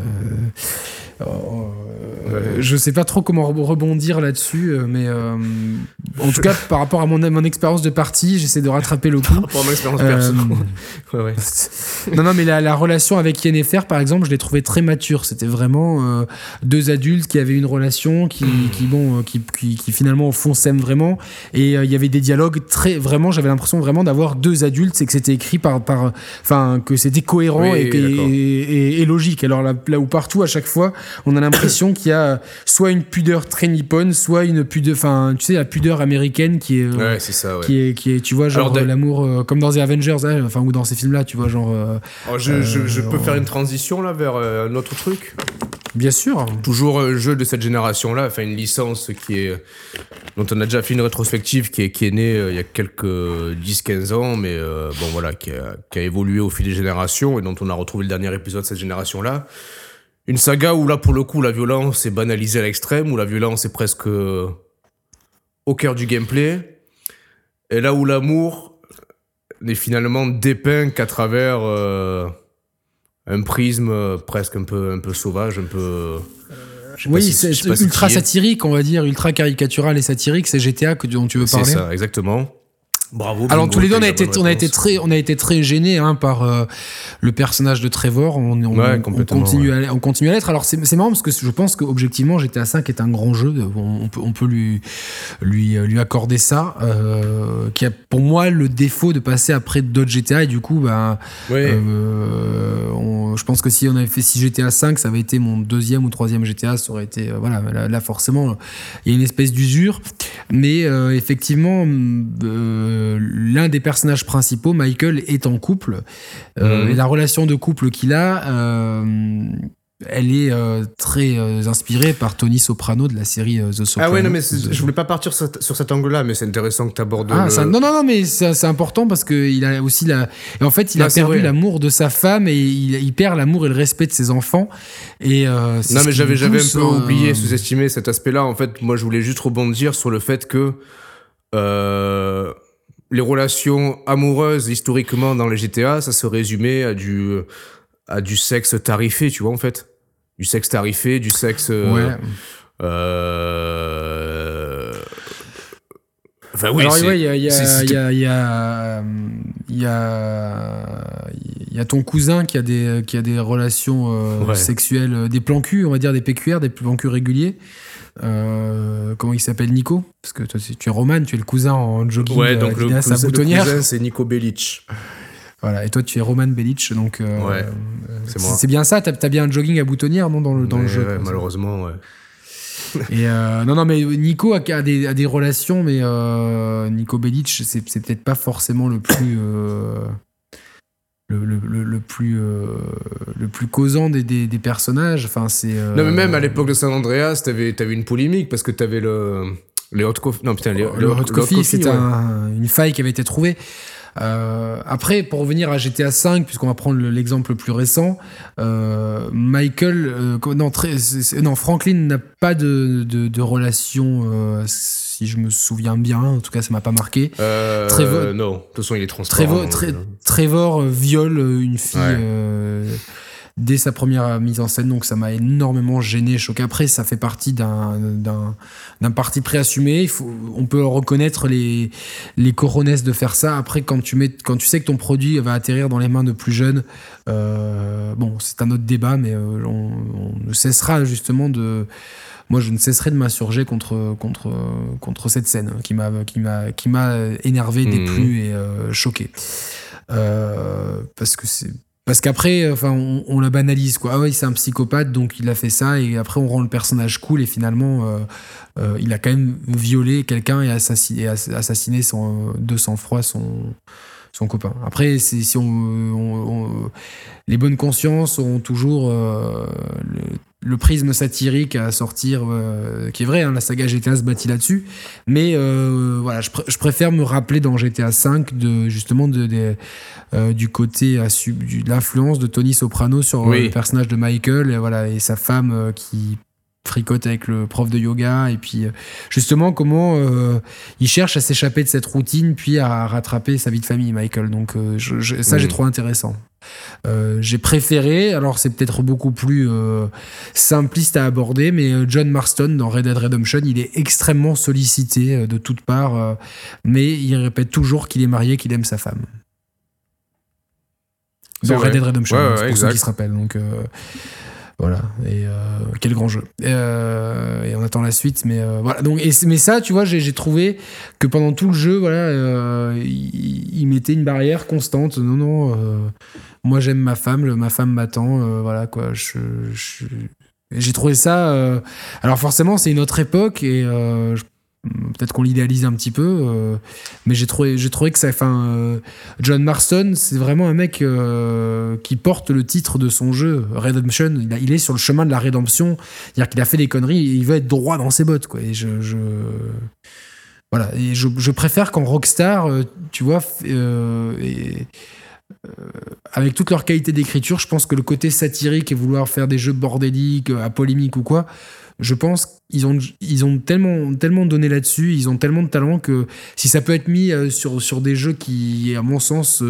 je sais pas trop comment rebondir là-dessus, mais en tout cas, par rapport à mon expérience de partie, j'essaie de rattraper le coup. Par rapport à mon expérience perso. Ouais. Non, mais la relation avec Yennefer, par exemple, je l'ai trouvée très mature. C'était vraiment deux adultes qui avaient une relation qui finalement au fond s'aiment vraiment. Et il y avait des dialogues vraiment. J'avais l'impression vraiment d'avoir deux adultes, c'est que c'était écrit que c'était cohérent et logique. Alors là où partout à chaque fois, on a l'impression qu'il y a soit une pudeur très nippone, soit une pudeur, la pudeur américaine qui est, c'est ça, ouais. qui est, tu vois, genre l'amour, comme dans The Avengers, ou dans ces films-là, tu vois, genre. Je peux faire une transition là vers un autre truc. Bien sûr. Toujours un jeu de cette génération-là, une licence dont on a déjà fait une rétrospective qui est née il y a quelques 10-15 ans, mais qui a évolué au fil des générations et dont on a retrouvé le dernier épisode de cette génération-là. Une saga où là, pour le coup, la violence est banalisée à l'extrême, où la violence est presque au cœur du gameplay, et là où l'amour n'est finalement dépeint qu'à travers un prisme presque un peu sauvage, un peu... Oui, c'est ultra satirique, on va dire, ultra caricatural et satirique, c'est GTA dont tu veux parler. C'est ça, exactement. Bravo. Alors tous les deux, on a été très gênés par le personnage de Trevor. On continue à l'être. Alors c'est marrant parce que je pense qu'objectivement GTA V est un grand jeu. On peut lui accorder ça. Qui a pour moi le défaut de passer après d'autres GTA et du coup je pense que si on avait fait 6 GTA V, ça avait été mon deuxième ou troisième GTA. Ça aurait été là forcément il y a une espèce d'usure. Mais effectivement. L'un des personnages principaux, Michael, est en couple. Et la relation de couple qu'il a, elle est très inspirée par Tony Soprano de la série The Sopranos. Ah ouais, non, mais je voulais pas partir sur cet angle-là, mais c'est intéressant que tu abordes. Non, mais c'est important parce qu'il a aussi et en fait, il a perdu l'amour de sa femme et il perd l'amour et le respect de ses enfants. Et non, mais j'avais un peu oublié, sous-estimé cet aspect-là. En fait, moi, je voulais juste rebondir sur le fait que les relations amoureuses historiquement dans les GTA, ça se résumait à du sexe tarifé, tu vois, en fait. Du sexe tarifé, du sexe... Enfin, oui, alors, il y a y a ton cousin qui a des relations sexuelles, des plans cul, on va dire des PQR, des plans cul réguliers. Comment il s'appelle, Nico? Parce que toi, tu es Roman, tu es le cousin en jogging. Ouais, donc le boutonnière. cousin, c'est Nico Bellic. Voilà, et toi tu es Roman Bellic, donc c'est moi. C'est bien ça, t'as bien un jogging à boutonnière, non, dans le jeu. Ouais, malheureusement, ouais. Et non, mais Nico a des relations, mais Nico Bellic, c'est peut-être pas forcément le plus le plus causant des personnages. Enfin, c'est. Non, mais même à l'époque de San Andreas, t'avais une polémique parce que t'avais les hot coffee. Non, putain, le hot coffee, c'était une faille qui avait été trouvée. Après, pour revenir à GTA V, puisqu'on va prendre l'exemple le plus récent, Franklin n'a pas de relation, si je me souviens bien, en tout cas ça m'a pas marqué. Non, de toute façon il est transparent. Trevor viole une fille dès sa première mise en scène, donc ça m'a énormément gêné, choqué. Après, ça fait partie d'un parti préassumé. On peut reconnaître les coronets de faire ça. Après, quand tu sais que ton produit va atterrir dans les mains de plus jeunes, c'est un autre débat, mais on ne cessera justement de. Moi, je ne cesserai de m'insurger contre cette scène qui m'a énervé, déplu et choqué. Parce qu'après, on la banalise, quoi. Ah ouais, c'est un psychopathe, donc il a fait ça, et après on rend le personnage cool, et finalement, il a quand même violé quelqu'un et assassiné de sang-froid son copain. Après, si les bonnes consciences ont toujours le prisme satirique à sortir, qui est vrai, hein, la saga GTA se bâtit là-dessus, mais voilà, je préfère me rappeler dans GTA V du côté de l'influence de Tony Soprano sur le personnage de Michael, et sa femme qui fricote avec le prof de yoga, et puis justement comment il cherche à s'échapper de cette routine puis à rattraper sa vie de famille, Michael. Donc j'ai trouvé intéressant. J'ai préféré, alors c'est peut-être beaucoup plus simpliste à aborder, mais John Marston dans Red Dead Redemption, il est extrêmement sollicité de toutes parts, mais il répète toujours qu'il est marié, qu'il aime sa femme. Dans Red Dead Redemption, c'est pour ceux qui se rappellent. Donc voilà, et quel grand jeu. Et on attend la suite, mais voilà. Donc, mais ça, tu vois, j'ai trouvé que pendant tout le jeu, voilà, il mettait une barrière constante. Non, moi j'aime ma femme m'attend, voilà quoi. J'ai trouvé ça. Alors forcément, c'est une autre époque, et peut-être qu'on l'idéalise un petit peu, mais j'ai trouvé que ça. John Marston, c'est vraiment un mec qui porte le titre de son jeu, Redemption. Il est sur le chemin de la rédemption, c'est-à-dire qu'il a fait des conneries, et il veut être droit dans ses bottes, quoi. Et voilà. Et je préfère qu'en Rockstar, tu vois, avec toute leur qualité d'écriture, je pense que le côté satirique et vouloir faire des jeux bordéliques, à polémique ou quoi, je pense qu'ils ont tellement donné là-dessus, ils ont tellement de talent que si ça peut être mis sur des jeux qui, à mon sens,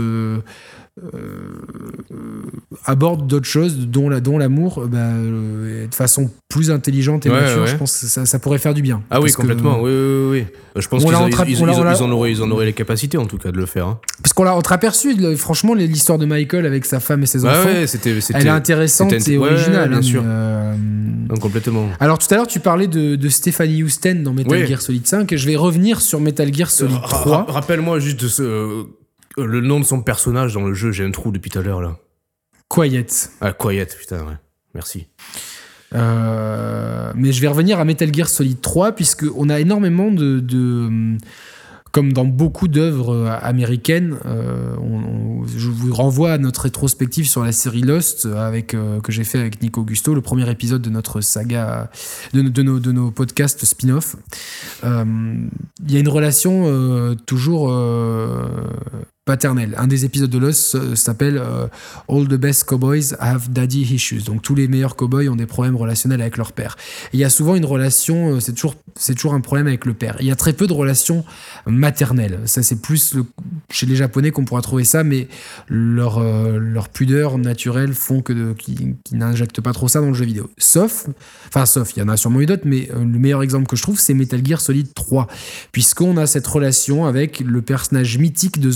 abordent d'autres choses, dont l'amour, de façon plus intelligente et mature, je pense que ça pourrait faire du bien. Ah oui, complètement, oui. Je pense qu'ils en auraient les capacités, en tout cas, de le faire. Hein. Parce qu'on l'a entreaperçu, franchement, l'histoire de Michael avec sa femme et ses enfants, elle est intéressante et originale. Bien sûr. Non, complètement. Alors, tout à l'heure, tu parlais de Stephanie Houston dans Metal Gear Solid 5, et je vais revenir sur Metal Gear Solid 3. Rappelle-moi juste le nom de son personnage dans le jeu, j'ai un trou depuis tout à l'heure, là. Quiet. Ah, Quiet, putain, ouais. Merci. Mais je vais revenir à Metal Gear Solid 3, puisqu'on a énormément comme dans beaucoup d'œuvres américaines, je vous renvoie à notre rétrospective sur la série Lost que j'ai fait avec Nico Augusto, le premier épisode de notre saga, de nos podcasts spin-off. Il y a une relation toujours paternelle. Un des épisodes de Lost s'appelle All the best cowboys have daddy issues. Donc tous les meilleurs cowboys ont des problèmes relationnels avec leur père. Et il y a souvent une relation, c'est toujours un problème avec le père. Il y a très peu de relations maternelles. Ça, c'est plus chez les Japonais qu'on pourra trouver ça, mais leur pudeur naturelle font qu'ils n'injectent pas trop ça dans le jeu vidéo. Sauf, il y en a sûrement eu d'autres, mais le meilleur exemple que je trouve, c'est Metal Gear Solid 3, puisqu'on a cette relation avec le personnage mythique de The Boss,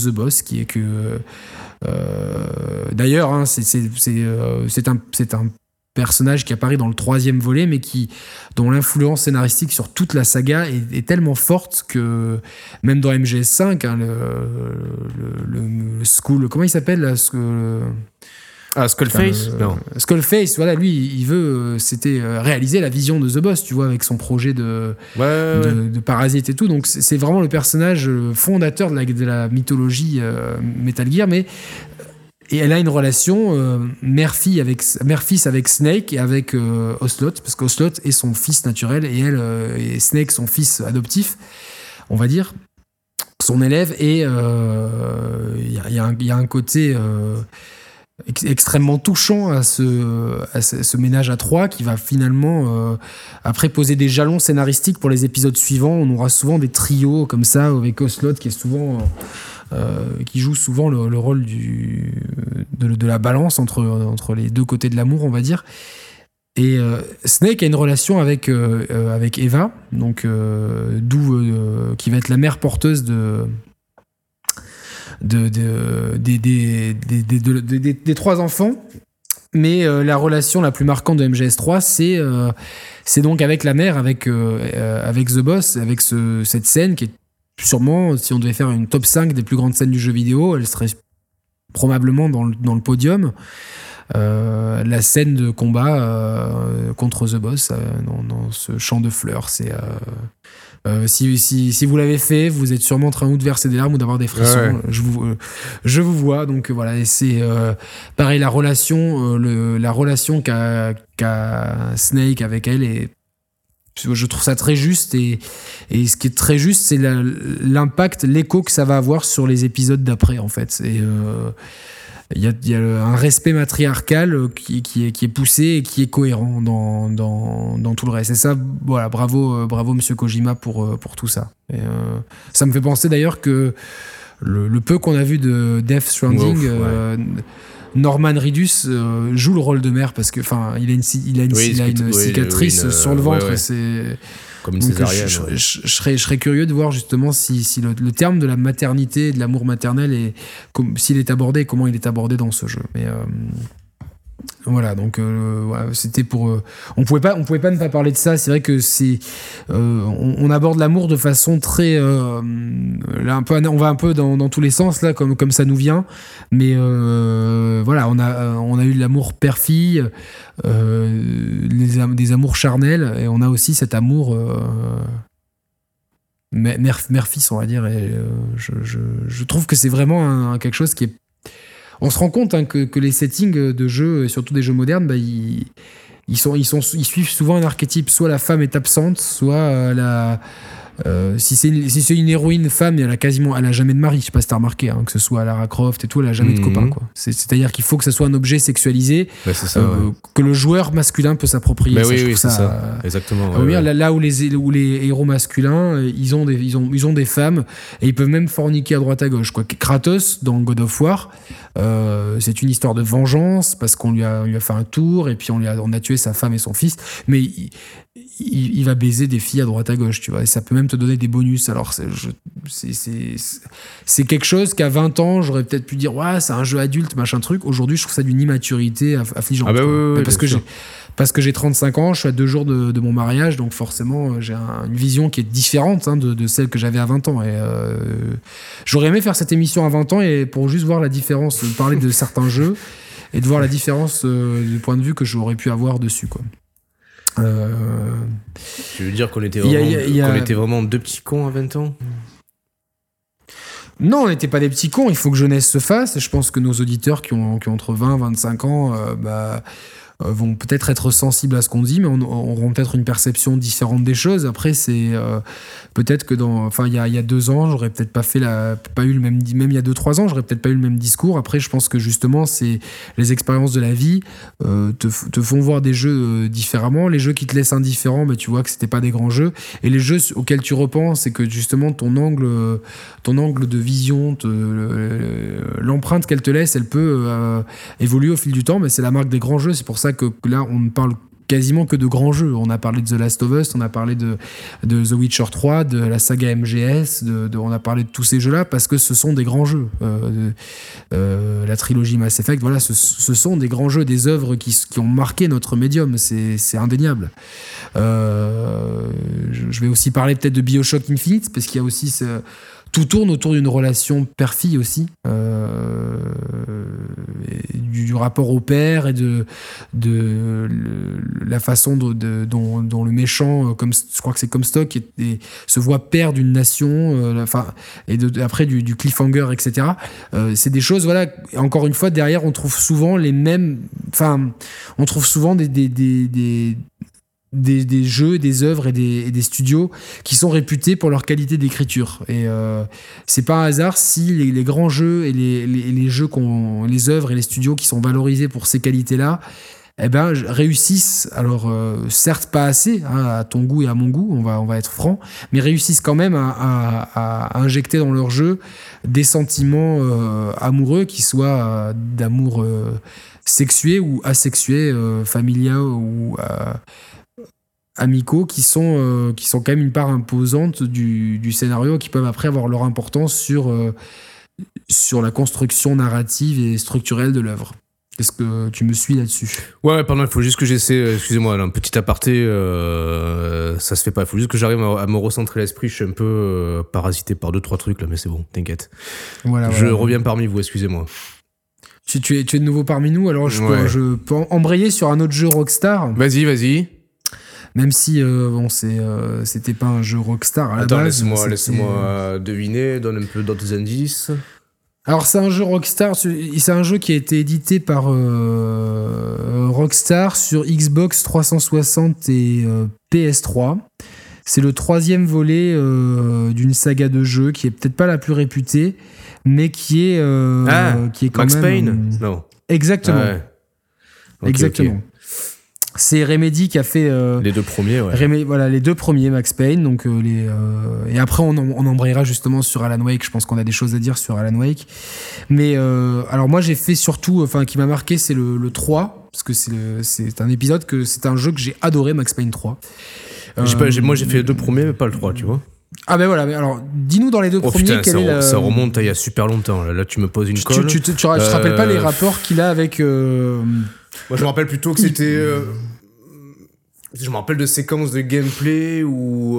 qui est que d'ailleurs, hein, c'est un personnage qui apparaît dans le 3e volet, mais dont l'influence scénaristique sur toute la saga est tellement forte que même dans MGS5, hein, le Skull, comment il s'appelle là, Skullface. Non. Skullface, voilà, lui, il veut, réaliser la vision de The Boss, tu vois, avec son projet de parasite et tout. Donc c'est vraiment le personnage fondateur de la mythologie Metal Gear, et elle a une relation mère-fils avec Snake et avec Ocelot, parce qu'Ocelot est son fils naturel et elle et Snake son fils adoptif, on va dire, son élève. Et il y a un côté extrêmement touchant à ce ménage à trois qui va finalement après poser des jalons scénaristiques pour les épisodes suivants. On aura souvent des trios comme ça avec Ocelot qui joue souvent le rôle de la balance entre les deux côtés de l'amour, on va dire. Et Snake a une relation avec Eva, donc qui va être la mère porteuse des 3 enfants. Mais la relation la plus marquante de MGS3, c'est donc avec la mère, avec The Boss, avec cette scène qui est sûrement, si on devait faire une top 5 des plus grandes scènes du jeu vidéo, elle serait probablement dans le podium. La scène de combat contre The Boss dans ce champ de fleurs, c'est si vous l'avez fait, vous êtes sûrement en train ou de verser des larmes ou d'avoir des frissons. Ouais. Je vous vois, donc voilà. Et c'est pareil, la relation qu'a Snake avec elle, et je trouve ça très juste. Et ce qui est très juste, c'est l'impact, l'écho que ça va avoir sur les épisodes d'après, en fait. Il y a un respect matriarcal qui est poussé et qui est cohérent dans tout le reste. Et ça, voilà, bravo Monsieur Kojima pour tout ça. Et ça me fait penser d'ailleurs que le peu qu'on a vu de Death Stranding, Norman Reedus joue le rôle de mère, parce que il a une cicatrice sur le ventre. Et c'est comme une césarienne. Je serais curieux de voir justement si le terme de la maternité et de l'amour maternel s'il est abordé, comment il est abordé dans ce jeu. Mais voilà, donc c'était pour. On pouvait pas ne pas parler de ça. C'est vrai que on aborde l'amour de façon très. Là, on va un peu dans tous les sens là, comme ça nous vient. Mais voilà, on a eu l'amour père-fille, des amours charnels, et on a aussi cet amour mère-fils, on va dire. Et je trouve que c'est vraiment quelque chose qui est. On se rend compte que les settings de jeux, et surtout des jeux modernes, ils suivent souvent un archétype. Soit la femme est absente, soit si c'est une héroïne femme, elle a jamais de mari. Je sais pas si t'as remarqué, que ce soit Lara Croft et tout, elle a jamais de copain, quoi. C'est-à-dire qu'il faut que ça soit un objet sexualisé, que le joueur masculin peut s'approprier. C'est ça. Exactement. Là où les héros masculins, ils ont des femmes, et ils peuvent même forniquer à droite à gauche, quoi. Kratos dans God of War, c'est une histoire de vengeance parce qu'on lui a fait un tour, et puis on a tué sa femme et son fils, mais il va baiser des filles à droite à gauche, tu vois, et ça peut même te donner des bonus. Alors c'est quelque chose qu'à 20 ans j'aurais peut-être pu dire c'est un jeu adulte, machin truc. Aujourd'hui je trouve ça d'une immaturité affligeante, parce que j'ai 35 ans, je suis à 2 jours de mon mariage, donc forcément j'ai une vision qui est différente de celle que j'avais à 20 ans. Et j'aurais aimé faire cette émission à 20 ans, et pour juste voir la différence, parler de certains jeux et de voir la différence du point de vue que j'aurais pu avoir dessus, quoi. Tu veux dire qu'on était vraiment 2 petits cons à 20 ans ? Non, on n'était pas des petits cons, il faut que jeunesse se fasse, et je pense que nos auditeurs qui ont entre 20 et 25 ans vont peut-être être sensibles à ce qu'on dit, mais auront peut-être une perception différente des choses. Après, c'est peut-être que il y a 2 ans, j'aurais peut-être pas eu le même il y a 2-3 ans, j'aurais peut-être pas eu le même discours. Après, je pense que justement, c'est les expériences de la vie te font voir des jeux différemment. Les jeux qui te laissent indifférent, tu vois que c'était pas des grands jeux, et les jeux auxquels tu repenses, et que justement ton angle de vision, l'empreinte qu'elle te laisse, elle peut évoluer au fil du temps. Mais c'est la marque des grands jeux. C'est pour ça que là on ne parle quasiment que de grands jeux. On a parlé de The Last of Us, on a parlé de The Witcher 3, de la saga MGS, on a parlé de tous ces jeux-là parce que ce sont des grands jeux. La trilogie Mass Effect, voilà, ce sont des grands jeux, des œuvres qui ont marqué notre médium, c'est indéniable. Je vais aussi parler peut-être de BioShock Infinite, parce qu'il y a aussi tout tourne autour d'une relation père-fille aussi, du rapport au père et de la façon dont le méchant, comme je crois que c'est Comstock, se voit père d'une nation, et après du cliffhanger, etc. C'est des choses, voilà. Encore une fois, derrière, on trouve souvent les mêmes. Enfin, on trouve souvent des jeux, des œuvres et des studios qui sont réputés pour leur qualité d'écriture. Et c'est pas un hasard si les grands jeux et les jeux les œuvres et les studios qui sont valorisés pour ces qualités-là, réussissent, alors certes pas assez, hein, à ton goût et à mon goût, on va être franc, mais réussissent quand même à injecter dans leur jeu des sentiments amoureux, qui soient d'amour sexué ou asexué, familial ou amicaux, qui sont quand même une part imposante du scénario, qui peuvent après avoir leur importance sur la construction narrative et structurelle de l'œuvre. Est-ce que tu me suis là-dessus ? Ouais, pardon, il faut juste que j'essaie, excusez-moi, un petit aparté, ça se fait pas, il faut juste que j'arrive à me recentrer l'esprit, je suis un peu parasité par 2-3 trucs là, mais c'est bon, t'inquiète. Voilà, je reviens parmi vous, excusez-moi. Tu es de nouveau parmi nous, alors je peux embrayer sur un autre jeu Rockstar. Vas-y. Même si c'était pas un jeu Rockstar à la base. Laisse-moi deviner, donne un peu d'autres indices. Alors c'est un jeu Rockstar, c'est un jeu qui a été édité par Rockstar sur Xbox 360 et PS3. C'est le 3e volet d'une saga de jeux qui est peut-être pas la plus réputée, mais qui est quand Max même... Payne ? Non. Exactement. Ouais. Exactement. Okay. C'est Remedy qui a fait les 2 premiers, ouais. Voilà, les 2 premiers Max Payne, donc et après on embrayera justement sur Alan Wake. Je pense qu'on a des choses à dire sur Alan Wake. Mais alors moi j'ai fait surtout, qui m'a marqué, c'est le 3, parce que c'est un épisode c'est un jeu que j'ai adoré, Max Payne 3. Moi j'ai fait les 2 premiers, mais pas le 3, tu vois. Ah ben voilà, mais alors dis-nous dans les 2 premiers ça remonte à il y a super longtemps. Là tu me poses une colle. Tu te rappelles pas les rapports qu'il a avec Moi je me rappelle plutôt que c'était je me rappelle de séquences de gameplay où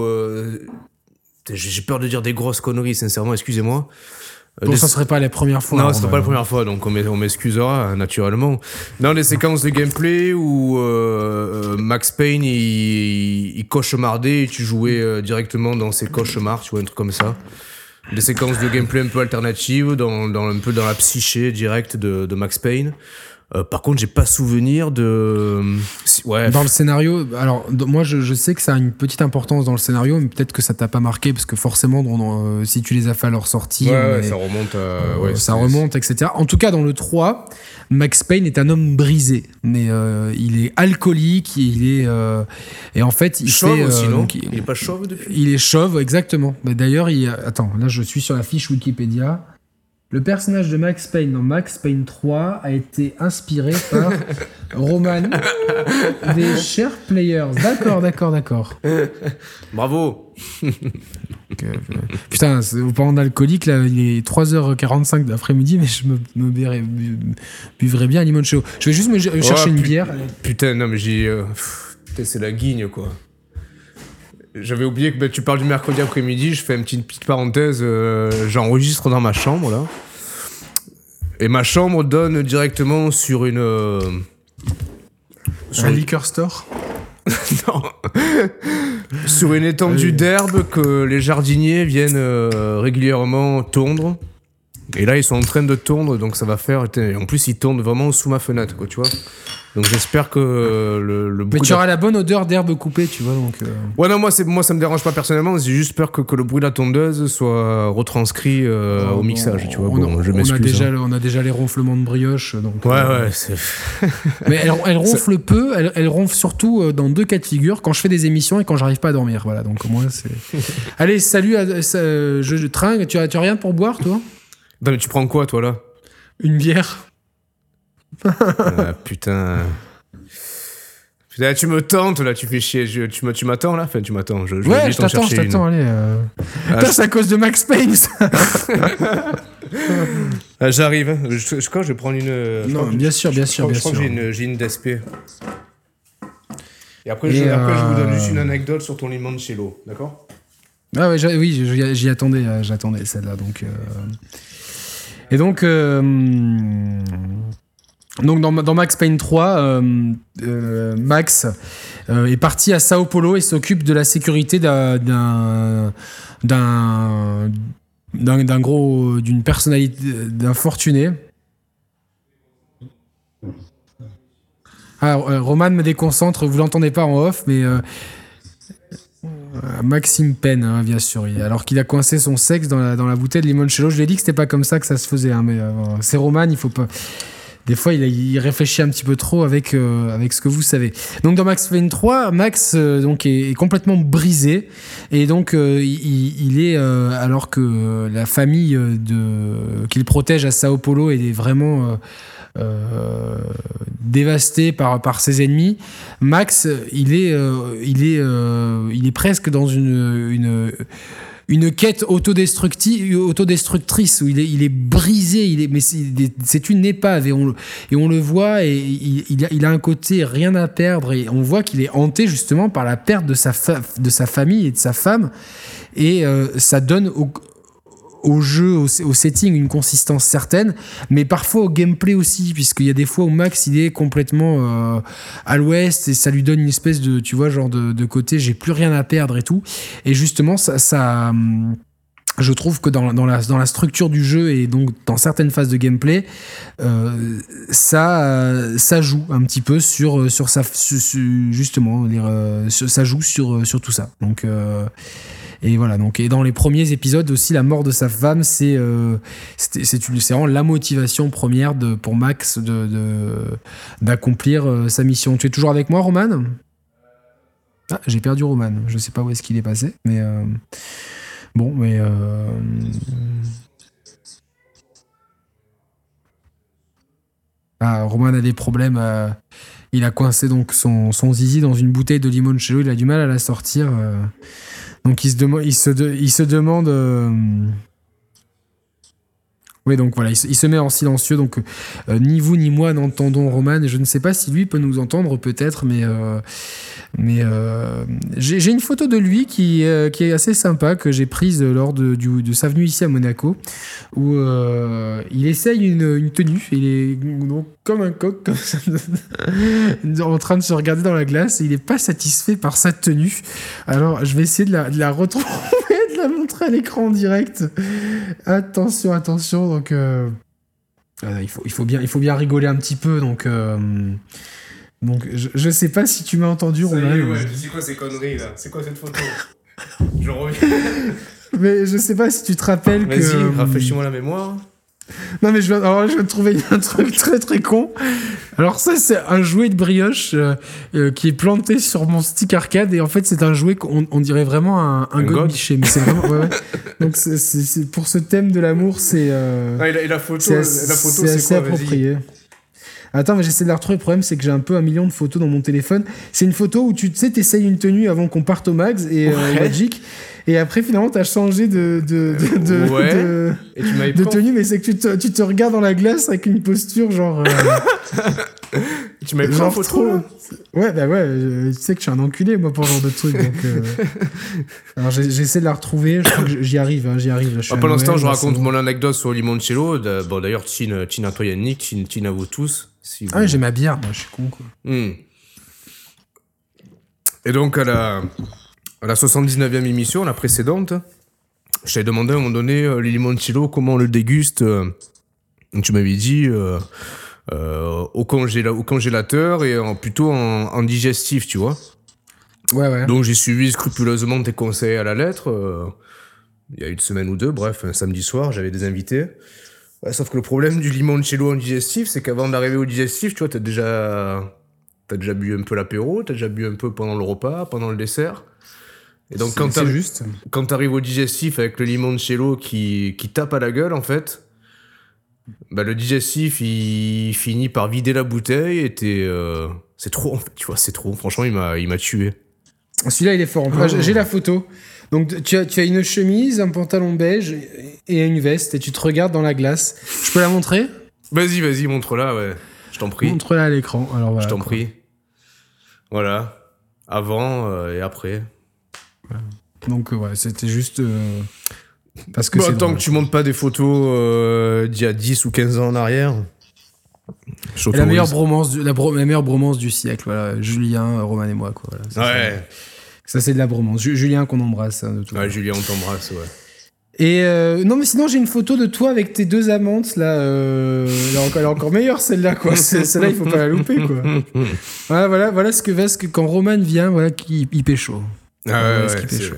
j'ai peur de dire des grosses conneries, sincèrement, excusez-moi. Ça serait pas la première fois. Non, ce serait pas la première fois, donc on m'excusera naturellement. Non, des séquences de gameplay où Max Payne il cauchemardait et tu jouais directement dans ses cauchemars, tu vois, un truc comme ça. Des séquences de gameplay un peu alternatives, un peu dans la psyché directe de Max Payne. Par contre, j'ai pas souvenir de... Ouais. Dans le scénario, alors moi je sais que ça a une petite importance dans le scénario, mais peut-être que ça t'a pas marqué, parce que forcément, si tu les as fait à leur sortie, ça remonte ça remonte, etc. En tout cas, dans le 3, Max Payne est un homme brisé, mais il est alcoolique, et en fait... Il chauve aussi, non ? Il est pas chauve depuis ? Il est chauve, exactement. Mais d'ailleurs, attends, là je suis sur la fiche Wikipédia. Le personnage de Max Payne dans Max Payne 3 a été inspiré par Roman des Share Players. D'accord. Bravo. Putain, au parlant d'alcoolique, là, il est 3h45 de l'après-midi, mais je me buvrais bien un limoncello. Je vais juste me chercher une bière. Putain, non, mais c'est la guigne, quoi. J'avais oublié que tu parles du mercredi après-midi, je fais une petite parenthèse, j'enregistre dans ma chambre là. Et ma chambre donne directement sur un liquor store. Non. Sur une étendue d'herbe que les jardiniers viennent régulièrement tondre. Et là ils sont en train de tondre, donc ça va faire... En plus ils tondent vraiment sous ma fenêtre, quoi, tu vois. Donc j'espère que le bruit... Mais tu auras la bonne odeur d'herbe coupée, tu vois, donc... Ouais, non, moi ça me dérange pas personnellement, j'ai juste peur que le bruit de la tondeuse soit retranscrit au mixage, tu vois. Je m'excuse. On a déjà les ronflements de brioche, donc... Ouais, c'est... Mais elle ronfle peu, elle ronfle surtout dans 2 cas de figure, quand je fais des émissions et quand j'arrive pas à dormir, voilà, donc moi c'est... Allez, salut, je tringue, tu as rien pour boire, toi ? Non, mais tu prends quoi, toi, là ? Une bière. Putain, Putain, tu me tentes, là, tu fais chier. Tu m'attends, là? Enfin, tu m'attends. Ouais, je t'attends, allez. Putain, c'est à cause de Max Payne, ça. J'arrive. Hein. Je crois que je vais prendre une... Non, bien sûr. Je crois que j'ai une DSP. Et après, je vous donne juste une anecdote sur ton limoncello, d'accord? Ah ouais, j'y attendais, j'attendais celle-là, donc... Et donc dans Max Payne 3, Max est parti à Sao Paulo et s'occupe de la sécurité d'une personnalité, d'un fortuné. Roman me déconcentre, vous l'entendez pas en off, mais Maxime Penn, hein, bien sûr. Alors qu'il a coincé son sexe dans la bouteille de limoncello. Je lui ai dit que c'était pas comme ça que ça se faisait, hein, mais c'est Roman, il faut pas. Des fois, il réfléchit un petit peu trop avec ce que vous savez. Donc, dans Max Payne 3, Max donc est complètement brisé. Et donc, il est... alors que la famille qu'il protège à Sao Paulo est vraiment... dévasté par ses ennemis. Max, il est presque dans une quête autodestructrice où il est brisé, mais c'est une épave et on le voit et il a un côté rien à perdre et on voit qu'il est hanté justement par la perte de sa famille et de sa femme et ça donne au jeu, au setting, une consistance certaine, mais parfois au gameplay aussi, puisqu'il y a des fois où Max, il est complètement à l'ouest, et ça lui donne une espèce de, tu vois, genre de côté, j'ai plus rien à perdre et tout. Et justement, ça je trouve que dans la structure du jeu et donc dans certaines phases de gameplay, ça joue un petit peu sur justement, ça joue sur tout ça. Donc... Et voilà, donc, et dans les premiers épisodes aussi, la mort de sa femme, c'est vraiment la motivation première pour Max d'accomplir sa mission. Tu es toujours avec moi, Roman? Ah, j'ai perdu Roman. Je sais pas où est-ce qu'il est passé, mais bon, mais Roman a des problèmes. Il a coincé donc son zizi dans une bouteille de limoncello. Il a du mal à la sortir. Donc il se demande. Oui, donc voilà, il se met en silencieux. Donc ni vous ni moi n'entendons Roman. Et je ne sais pas si lui peut nous entendre, peut-être, mais j'ai une photo de lui qui est assez sympa que j'ai prise lors de sa venue ici à Monaco, où il essaye une tenue. Il est donc comme un coq, comme ça, en train de se regarder dans la glace. Et il n'est pas satisfait par sa tenue. Alors, je vais essayer de la retrouver, de la montrer à l'écran en direct. Attention. Donc, il faut bien rigoler un petit peu. Donc, je sais pas si tu m'as entendu, Romain. C'est quoi ces conneries là? C'est quoi cette photo? Je reviens. Mais je sais pas si tu te rappelles que. Vas-y, rafraîchis-moi la mémoire. Non, mais je vais te trouver un truc très très con. Alors, ça, c'est un jouet de brioche qui est planté sur mon stick arcade. Et en fait, c'est un jouet qu'on dirait vraiment un godbichet. Mais c'est vraiment. Ouais. Donc, c'est pour ce thème de l'amour, c'est. Et la photo, c'est assez quoi, approprié. vas-y. Attends, mais j'essaie de la retrouver. Le problème, c'est que j'ai un peu 1 million de photos dans mon téléphone. C'est une photo où tu sais, t'essayes une tenue avant qu'on parte au Max et Magic. Et après, finalement, t'as changé de tenue, mais c'est que tu te regardes dans la glace avec une posture genre. Tu m'avais pris en photo trop. Ouais, bah ouais, tu sais que je suis un enculé, moi, pour ce genre de truc. Donc, alors, j'essaie de la retrouver. Je crois que j'y arrive. Pendant l'instant, je raconte mon anecdote sur limoncello. Bon, d'ailleurs, Tine à toi, Yannick, Tine à vous tous. Si vous... ouais, j'ai ma bière, moi, je suis con, quoi. Et donc, à la 79e émission, la précédente, je t'avais demandé à un moment donné, les limoncello, comment on le déguste. Donc, tu m'avais dit au congélateur et plutôt en digestif, tu vois. Ouais. Donc, j'ai suivi scrupuleusement tes conseils à la lettre. Il y a une semaine ou deux, bref, un samedi soir, j'avais des invités. Ouais, sauf que le problème du limoncello en digestif, c'est qu'avant d'arriver au digestif, tu vois, t'as déjà bu un peu l'apéro, t'as déjà bu un peu pendant le repas, pendant le dessert. Et donc, quand t'arrives au digestif avec le limoncello qui tape à la gueule, en fait, bah, le digestif, il finit par vider la bouteille et C'est trop, en fait, tu vois, c'est trop. Franchement, il m'a tué. Celui-là, il est fort. J'ai la photo. Donc, tu as une chemise, un pantalon beige et une veste, et tu te regardes dans la glace. Je peux la montrer ? Vas-y, montre-la, ouais. Je t'en prie. Montre-la à l'écran. Alors, voilà, je t'en prie. Voilà. Avant et après. Voilà. Donc, ouais, c'était juste... parce que tant que tu montes pas des photos d'il y a 10 ou 15 ans en arrière. La meilleure bromance du siècle, voilà. Julien, Roman et moi, quoi. Voilà, ça, c'est de la bromance. Julien qu'on embrasse. Hein, de tout Julien, on t'embrasse, ouais. Et non, mais sinon, j'ai une photo de toi avec tes 2 amantes, là. Elle est encore meilleure, celle-là, quoi. Celle-là, il faut pas la louper, quoi. Voilà ce que quand Roman vient, voilà, il pécho. Qu'il pécho.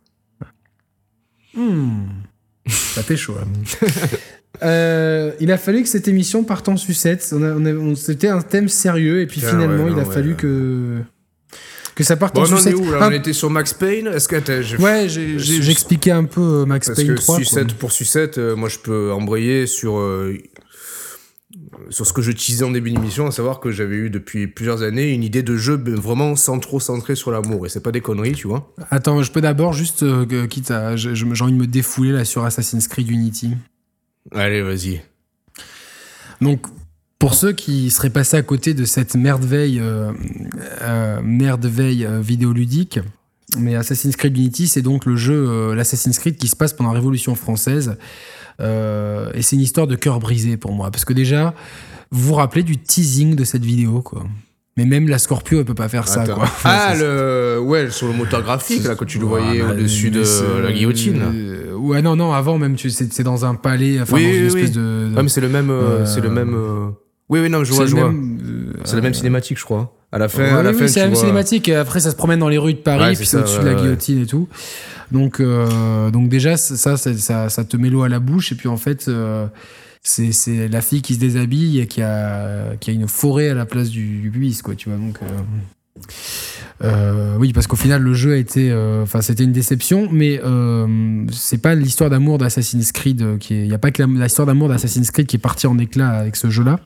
Ça pécho, là. Il a fallu que cette émission parte en sucette. C'était un thème sérieux, et puis finalement, il a fallu que ça parte en sucette. On est où, là ? On était sur Max Payne. Est-ce que j'expliquais un peu Max Payne 3. Sucette pour sucette, moi je peux embrayer sur ce que je teasais en début d'émission, à savoir que j'avais eu depuis plusieurs années une idée de jeu vraiment sans trop centré sur l'amour, et c'est pas des conneries, tu vois. Attends, je peux d'abord juste j'ai envie de me défouler là sur Assassin's Creed Unity. Allez, vas-y. Donc, pour ceux qui seraient passés à côté de cette merveille vidéoludique, mais Assassin's Creed Unity, c'est donc le jeu, l'Assassin's Creed qui se passe pendant la Révolution française. Et c'est une histoire de cœur brisé pour moi. Parce que déjà, vous vous rappelez du teasing de cette vidéo, quoi. Mais même la Scorpio, elle peut pas faire ça, quoi. Sur le moteur graphique, là, quand tu le voyais au-dessus de la guillotine. Non, avant même, c'est dans un palais, dans une espèce de... Ah, mais c'est le même... Oui, non, je vois. C'est la même cinématique, je crois. À la fin, c'est la même cinématique. Après, ça se promène dans les rues de Paris, puis c'est au-dessus de la guillotine et tout. Donc déjà, ça te met l'eau à la bouche. Et puis en fait, c'est la fille qui se déshabille et qui a une forêt à la place du pubis, quoi. Tu vois. Donc oui, parce qu'au final, le jeu a été, c'était une déception, mais c'est pas l'histoire d'amour d'Assassin's Creed il y a pas que l'histoire d'amour d'Assassin's Creed qui est partie en éclat avec ce jeu-là.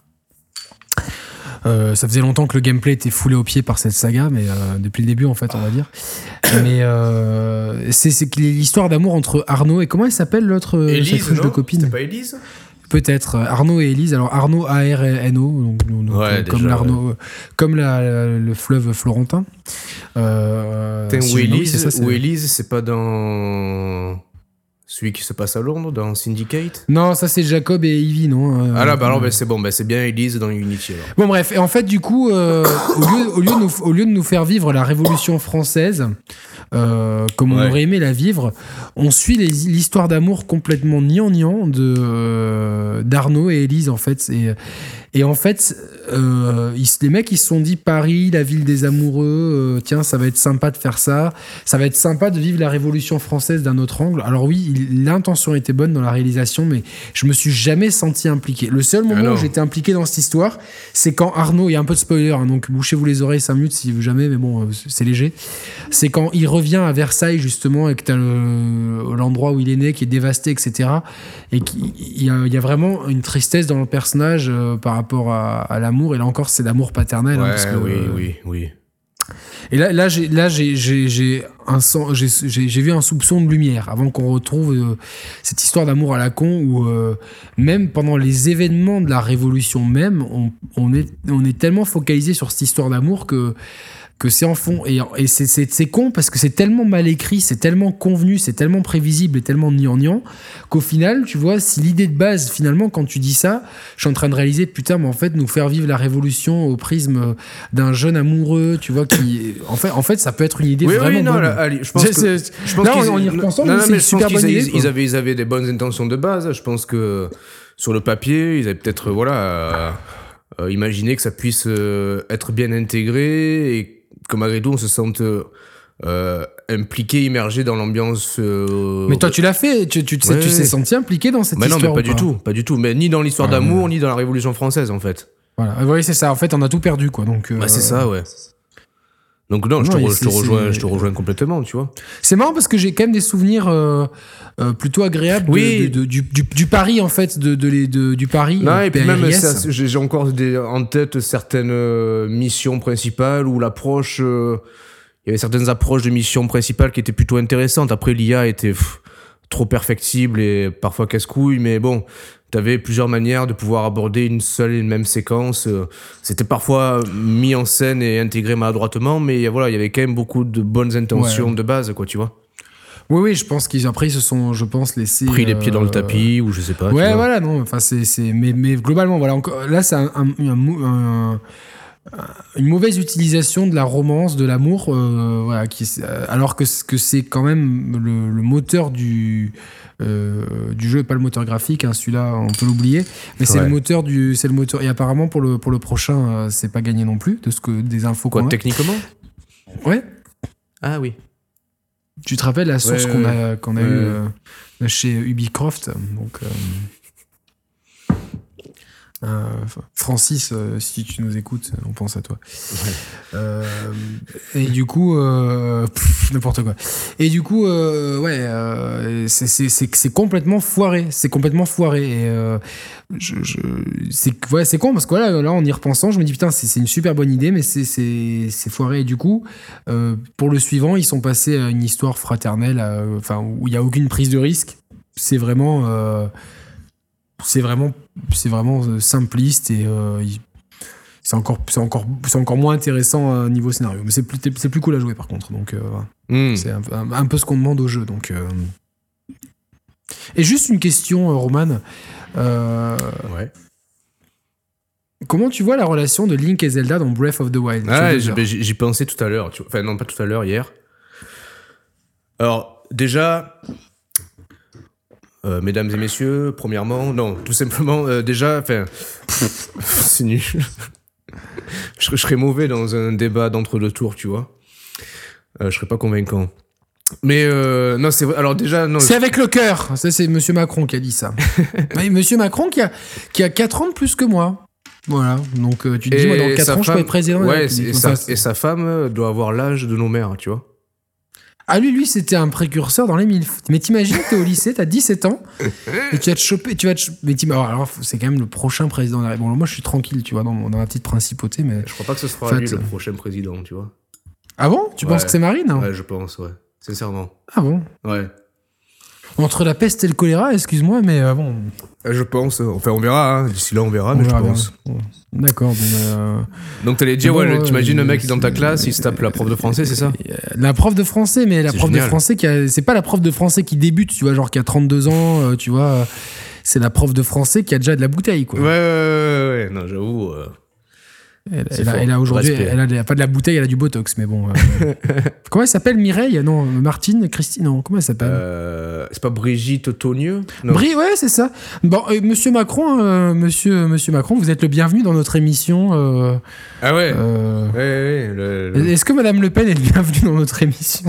Ça faisait longtemps que le gameplay était foulé aux pieds par cette saga, mais depuis le début, en fait, on va dire. Mais c'est l'histoire d'amour entre Arnaud et comment elle s'appelle l'autre de copine. C'était pas Élise ? Peut-être Arnaud et Élise. Alors Arnaud ARNO, comme l'Arnaud, comme le fleuve florentin. Ou Élise, c'est pas dans celui qui se passe à Londres, dans Syndicate ? Non, ça c'est Jacob et Ivy, non c'est bon, c'est bien Élise dans Unity. Alors. Bon bref, et en fait du coup, au lieu de nous faire vivre la Révolution française, comme on aurait aimé la vivre, on suit l'histoire d'amour complètement gnangnan d'Arnaud et Élise, en fait. Et en fait, les mecs, ils se sont dit Paris, la ville des amoureux, tiens, ça va être sympa de faire ça. Ça va être sympa de vivre la Révolution française d'un autre angle. Alors oui, l'intention était bonne dans la réalisation, mais je me suis jamais senti impliqué. Le seul moment où j'étais impliqué dans cette histoire, c'est quand Arnaud, il y a un peu de spoiler, hein, donc bouchez-vous les oreilles 5 minutes si jamais, mais bon, c'est léger. C'est quand il revient à Versailles, justement, et que t'as l'endroit où il est né qui est dévasté, etc. Et qu'il y a vraiment une tristesse dans le personnage par rapport à l'amour, et là encore c'est l'amour paternel. Ouais, hein, parce que, oui. Et là j'ai vu un soupçon de lumière avant qu'on retrouve cette histoire d'amour à la con où même pendant les événements de la Révolution même, on est tellement focalisé sur cette histoire d'amour que c'est en fond, et c'est con parce que c'est tellement mal écrit, c'est tellement convenu, c'est tellement prévisible et tellement gnangnan qu'au final, tu vois, si l'idée de base, finalement, quand tu dis ça, je suis en train de réaliser, putain, mais en fait, nous faire vivre la Révolution au prisme d'un jeune amoureux, tu vois, qui, en fait, ça peut être une idée vraiment bonne. Je pense en y repensant, c'est une super bonne idée. Ils avaient des bonnes intentions de base. Je pense que sur le papier, ils avaient peut-être, imaginé que ça puisse être bien intégré et que malgré tout on se sente impliqué, immergé dans l'ambiance. Mais toi tu l'as fait, tu t'es senti impliqué dans cette histoire? Non, mais pas du tout. Mais ni dans l'histoire d'amour, ni dans la Révolution française en fait. Voilà, oui c'est ça. En fait, on a tout perdu quoi. Donc. C'est ça, ouais. Donc non, je te rejoins complètement, tu vois. C'est marrant parce que j'ai quand même des souvenirs plutôt agréables du Paris, en fait, du Paris. Non, et puis même, j'ai encore en tête certaines missions principales où l'approche... il y avait certaines approches de missions principales qui étaient plutôt intéressantes. Après, l'IA était trop perfectible et parfois casse-couille, mais bon... T'avais plusieurs manières de pouvoir aborder une seule et une même séquence. C'était parfois mis en scène et intégré maladroitement, mais voilà, il y avait quand même beaucoup de bonnes intentions de base, quoi, tu vois. Oui, je pense qu'ils se sont, laissés... Pris les pieds dans le tapis, ou je sais pas. Ouais, voilà, non, enfin, mais globalement, voilà, là, c'est une mauvaise utilisation de la romance, de l'amour, voilà, alors que c'est quand même le moteur du jeu, pas le moteur graphique, hein, celui-là on peut l'oublier, mais c'est le moteur et apparemment pour le prochain c'est pas gagné non plus des infos qu'on a. Techniquement. Ouais. Ah oui. Tu te rappelles la source qu'on a eue chez Ubisoft, donc Francis, si tu nous écoutes, on pense à toi. Ouais. Et du coup, n'importe quoi. Et du coup, c'est complètement foiré. C'est complètement foiré. Et c'est con parce que là, en y repensant, je me dis putain, c'est une super bonne idée, mais c'est foiré. Et du coup, pour le suivant, ils sont passés à une histoire fraternelle, où il y a aucune prise de risque. C'est vraiment simpliste et c'est encore moins intéressant niveau scénario, mais c'est plus cool à jouer par contre, donc c'est un peu ce qu'on demande au jeu, donc et juste une question, Roman, comment tu vois la relation de Link et Zelda dans Breath of the Wild? J'y pensais tout à l'heure, enfin non, pas tout à l'heure, hier. Alors déjà, mesdames et messieurs, premièrement, non, tout simplement, déjà, enfin, c'est nul. Je serais mauvais dans un débat d'entre-deux tours, tu vois. Je serais pas convaincant. Mais non, c'est vrai. Alors déjà, non. C'est avec le cœur. Ça, c'est Monsieur Macron qui a dit ça. Oui, Monsieur Macron qui a 4 ans de plus que moi. Voilà. Donc tu te dis, moi, dans 4 ans, je peux être président. Ouais, et sa femme doit avoir l'âge de nos mères, tu vois. Ah, lui, c'était un précurseur dans les MILF. Mais t'imagines, t'es au lycée, t'as 17 ans, et tu vas te choper, alors, c'est quand même le prochain président de la République. Bon, moi, je suis tranquille, tu vois, dans ma petite principauté, mais... Je crois pas que ce sera lui, le prochain président, tu vois. Ah bon? Tu penses que c'est Marine? Ouais, je pense, ouais. Sincèrement. Ah bon? Ouais. Entre la peste et le choléra, excuse-moi, mais bon... Je pense, enfin on verra, hein. D'ici là on verra, mais je pense. Bien. D'accord, donc t'allais dire, t'imagines un mec dans ta classe, il se tape la prof de français, c'est ça? La prof de français, mais la prof de français c'est pas la prof de français qui débute, tu vois, genre qui a 32 ans, tu vois, c'est la prof de français qui a déjà de la bouteille, quoi. Ouais, non, j'avoue... Elle a aujourd'hui, elle a pas de la bouteille, elle a du botox, mais bon. Comment elle s'appelle, Mireille? Non, Martine, Christine, non, comment elle s'appelle? C'est pas Brigitte Tonieux? Ouais, c'est ça. Bon, Monsieur Macron, Monsieur Macron, vous êtes le bienvenu dans notre émission. Ah ouais. Est-ce que Madame Le Pen est le bienvenu dans notre émission?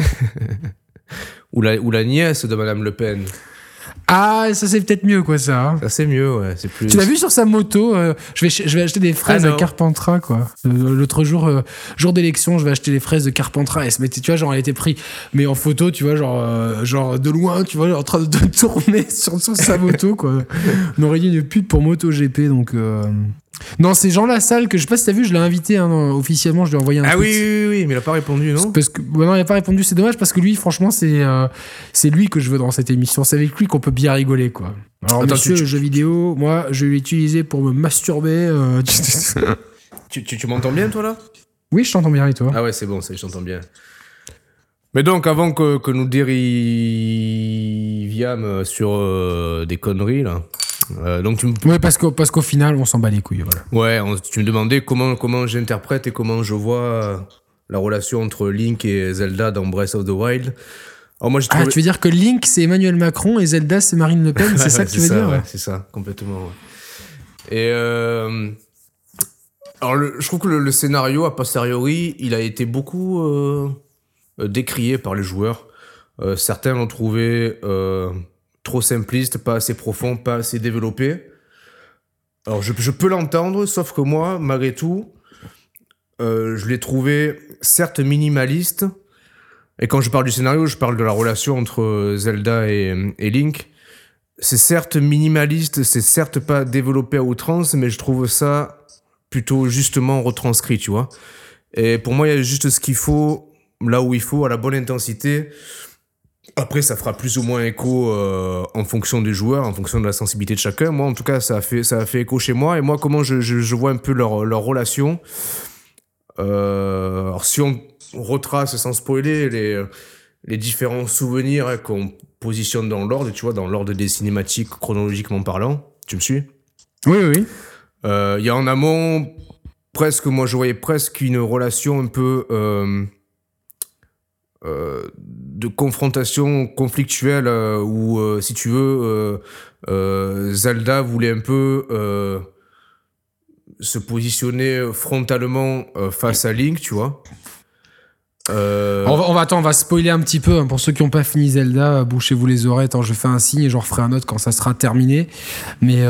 ou la nièce de Madame Le Pen. Ah, ça c'est peut-être mieux, quoi, ça. Hein. Ça c'est mieux, ouais. C'est plus... Tu l'as vu sur sa moto? Je vais acheter des fraises à Carpentras, quoi. L'autre jour, jour d'élection, je vais acheter des fraises de Carpentras. Elle se mettait, tu vois, genre elle était prise, mais en photo, tu vois, genre de loin, tu vois, en train de tourner sur sa moto, quoi. On aurait dit une pute pour MotoGP, donc. Non, c'est Jean Lassalle que je sais pas si t'as vu, je l'ai invité officiellement, je lui ai envoyé un tweet. Ah oui, mais il a pas répondu, non? Parce que non, il a pas répondu, c'est dommage parce que lui, franchement, c'est lui que je veux dans cette émission, c'est avec lui qu'on peut bien rigoler, quoi. Alors, attends, monsieur, le jeu vidéo, moi, je vais l'utiliser pour me masturber. Tu m'entends bien, toi, là? Oui, je t'entends bien, et toi? Ah ouais, c'est bon, je t'entends bien. Mais donc, avant que nous dérivions sur des conneries, là... Ouais, parce qu'au final, on s'en bat les couilles, voilà. Ouais, tu me demandais comment j'interprète et comment je vois la relation entre Link et Zelda dans Breath of the Wild. Alors moi, tu veux dire que Link, c'est Emmanuel Macron et Zelda, c'est Marine Le Pen? C'est ça que tu veux dire? Ouais, c'est ça, complètement. Ouais. Et alors, je trouve que le scénario, a posteriori, il a été beaucoup décrié par les joueurs. Certains l'ont trouvé... trop simpliste, pas assez profond, pas assez développé. Alors je peux l'entendre, sauf que moi, malgré tout, je l'ai trouvé certes minimaliste. Et quand je parle du scénario, je parle de la relation entre Zelda et Link. C'est certes minimaliste, c'est certes pas développé à outrance, mais je trouve ça plutôt justement retranscrit, tu vois. Et pour moi, il y a juste ce qu'il faut, là où il faut, à la bonne intensité. Après, ça fera plus ou moins écho en fonction des joueurs, en fonction de la sensibilité de chacun. Moi, en tout cas, ça a fait écho chez moi. Et moi, comment je vois un peu leur relation. Alors, si on retrace sans spoiler les différents souvenirs qu'on positionne dans l'ordre, tu vois, dans l'ordre des cinématiques chronologiquement parlant. Tu me suis ? Oui. Il y a en amont, moi je voyais presque une relation un peu de confrontation conflictuelle où, si tu veux, Zelda voulait un peu se positionner frontalement face à Link, tu vois. On va spoiler un petit peu, hein, pour ceux qui n'ont pas fini Zelda, bouchez-vous les oreilles. Attends, je fais un signe et j'en referai un autre quand ça sera terminé. Mais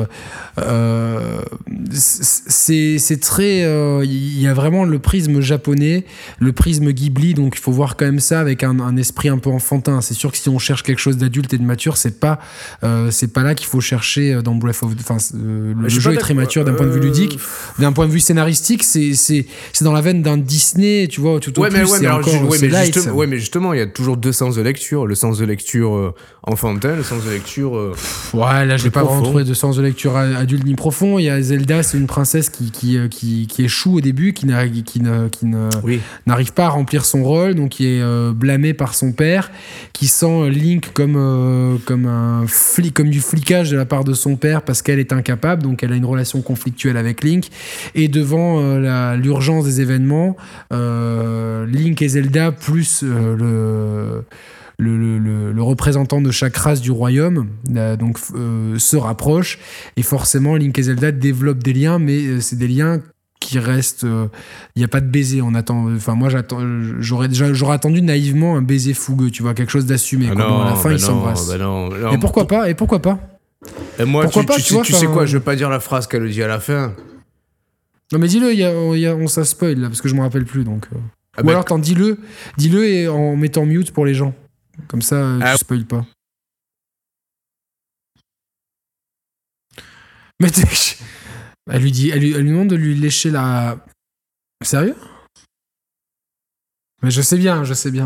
c'est très, il y a vraiment le prisme japonais, le prisme Ghibli, donc il faut voir quand même ça avec un esprit un peu enfantin. C'est sûr que si on cherche quelque chose d'adulte et de mature, c'est pas là qu'il faut chercher dans Breath of the... Enfin, le jeu est très mature d'un point de vue ludique, d'un point de vue scénaristique, c'est dans la veine d'un Disney, tu vois, tout au plus. Mais justement, il y a toujours deux sens de lecture. Le sens de lecture enfantin, le sens de lecture. Ouais, là, je n'ai pas vraiment trouvé de sens de lecture adulte ni profond. Il y a Zelda, c'est une princesse qui échoue au début, qui n'arrive pas à remplir son rôle, donc qui est blâmée par son père, qui sent Link comme du flicage de la part de son père parce qu'elle est incapable, donc elle a une relation conflictuelle avec Link. Et devant l'urgence des événements, Link et Zelda plus le représentant de chaque race du royaume se rapprochent, et forcément Link et Zelda développent des liens, mais c'est des liens qui restent, il n'y a pas de baiser. J'aurais attendu naïvement un baiser fougueux, tu vois, quelque chose d'assumé. À la fin ils s'embrassent. Et pourquoi pas et moi, tu sais quoi, je veux pas dire la phrase qu'elle dit à la fin. Non mais dis-le, ça spoil là, parce que je me rappelle plus, donc. Ou alors attends, dis-le et en mettant mute pour les gens. Comme ça, tu spoil pas. Mais elle lui demande de lui lécher la... Sérieux ? Mais je sais bien.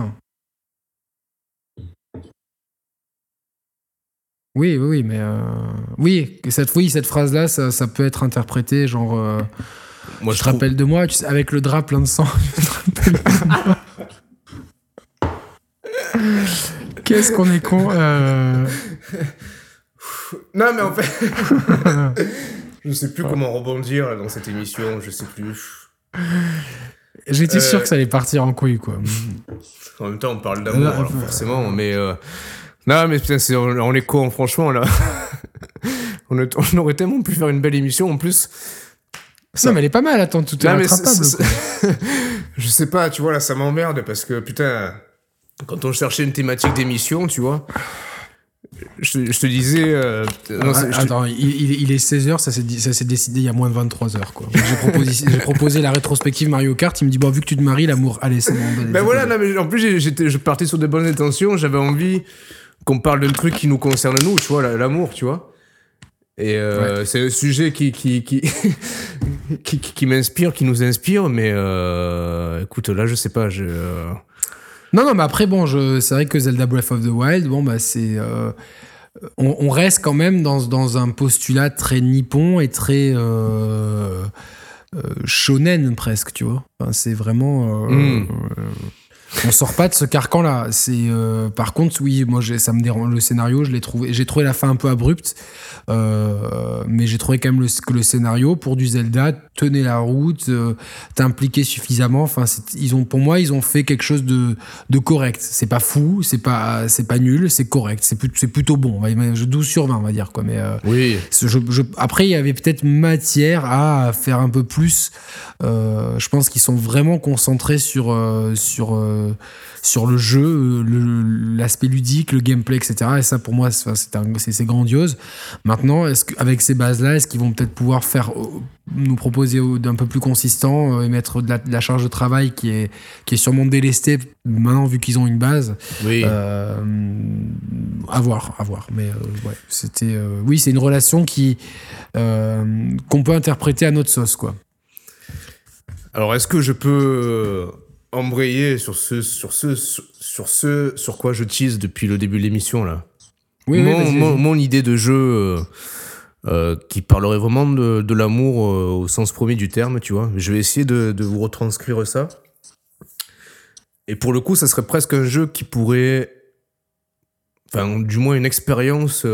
Oui, mais... Oui, cette phrase-là, ça peut être interprété genre... Moi, je te rappelle de moi, tu sais, avec le drap plein de sang. Je te rappelle de moi. Qu'est-ce qu'on est con. Non, mais en fait... je sais plus comment rebondir dans cette émission, je sais plus. J'étais sûr que ça allait partir en couille, quoi. En même temps, on parle d'amour, alors forcément, mais... Non, mais putain, on est con, franchement, là. on aurait tellement pu faire une belle émission, en plus... Non, mais elle est pas mal, attends, tout est rattrapable. Je sais pas, tu vois, là, ça m'emmerde, parce que, putain, quand on cherchait une thématique d'émission, tu vois, je te disais... attends, il est 16h, ça s'est décidé il y a moins de 23h, quoi. J'ai proposé la rétrospective Mario Kart, il me dit, bon, vu que tu te maries, l'amour, allez, c'est bon. Ben voilà, non, mais en plus, je partais sur de bonnes intentions, j'avais envie qu'on parle d'un truc qui nous concerne, nous, tu vois, l'amour, tu vois. Et c'est un sujet qui m'inspire, qui nous inspire, mais écoute, là, je sais pas, Non, mais après, bon, c'est vrai que Zelda Breath of the Wild, bon, bah, c'est... on reste quand même dans un postulat très nippon et très shonen, presque, tu vois. Enfin, c'est vraiment... on sort pas de ce carcan-là. Par contre, oui, moi, ça me dérange. Le scénario, j'ai trouvé la fin un peu abrupte, mais j'ai trouvé quand même que le scénario pour du Zelda tenait la route, t'impliquait suffisamment. Enfin, pour moi, ils ont fait quelque chose de correct. C'est pas fou, c'est pas nul, c'est correct. C'est plutôt bon. 12 sur 20, on va dire, quoi. Mais oui. Après, il y avait peut-être matière à faire un peu plus. Je pense qu'ils sont vraiment concentrés sur sur le jeu, l'aspect ludique, le gameplay, etc. Et ça, pour moi, c'est grandiose. Maintenant, avec ces bases-là, est-ce qu'ils vont peut-être pouvoir nous proposer d'un peu plus consistant et mettre de la charge de travail qui est sûrement délestée maintenant, vu qu'ils ont une base. Oui. À voir. Mais ouais, c'est une relation qu'on peut interpréter à notre sauce, quoi. Alors, est-ce que je peux embrayer sur quoi je tease depuis le début de l'émission, là? Oui, vas-y. Mon idée de jeu qui parlerait vraiment de l'amour au sens premier du terme, tu vois. Je vais essayer de vous retranscrire ça. Et pour le coup, ça serait presque un jeu qui pourrait... Enfin, du moins une expérience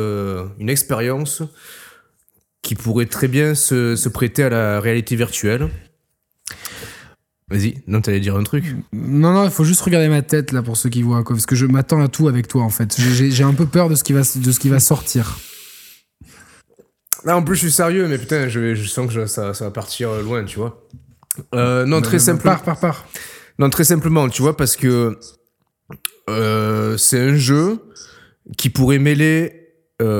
qui pourrait très bien se prêter à la réalité virtuelle. Vas-y, non, t'allais dire un truc? Non, il faut juste regarder ma tête là pour ceux qui voient, quoi, parce que je m'attends à tout avec toi en fait. J'ai un peu peur de ce qui va sortir. Là, en plus, je suis sérieux, mais putain, je sens que ça va partir loin, tu vois. Non, très simplement. Pars. Non, très simplement, tu vois, parce que c'est un jeu qui pourrait mêler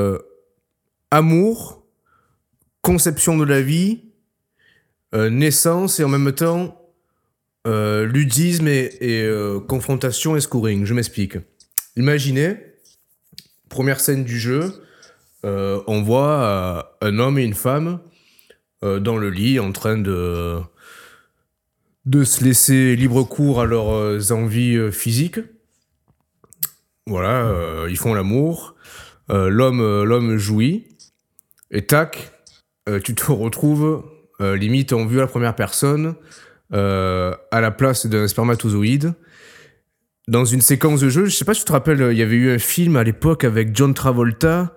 amour, conception de la vie, naissance et en même temps ludisme et confrontation et scoring. Je m'explique. Imaginez, première scène du jeu, on voit un homme et une femme dans le lit en train de se laisser libre cours à leurs envies physiques. Voilà, ils font l'amour, l'homme jouit, et tac, tu te retrouves limite en vue à la première personne, à la place d'un spermatozoïde, dans une séquence de jeu. Je sais pas si tu te rappelles, il y avait eu un film à l'époque avec John Travolta,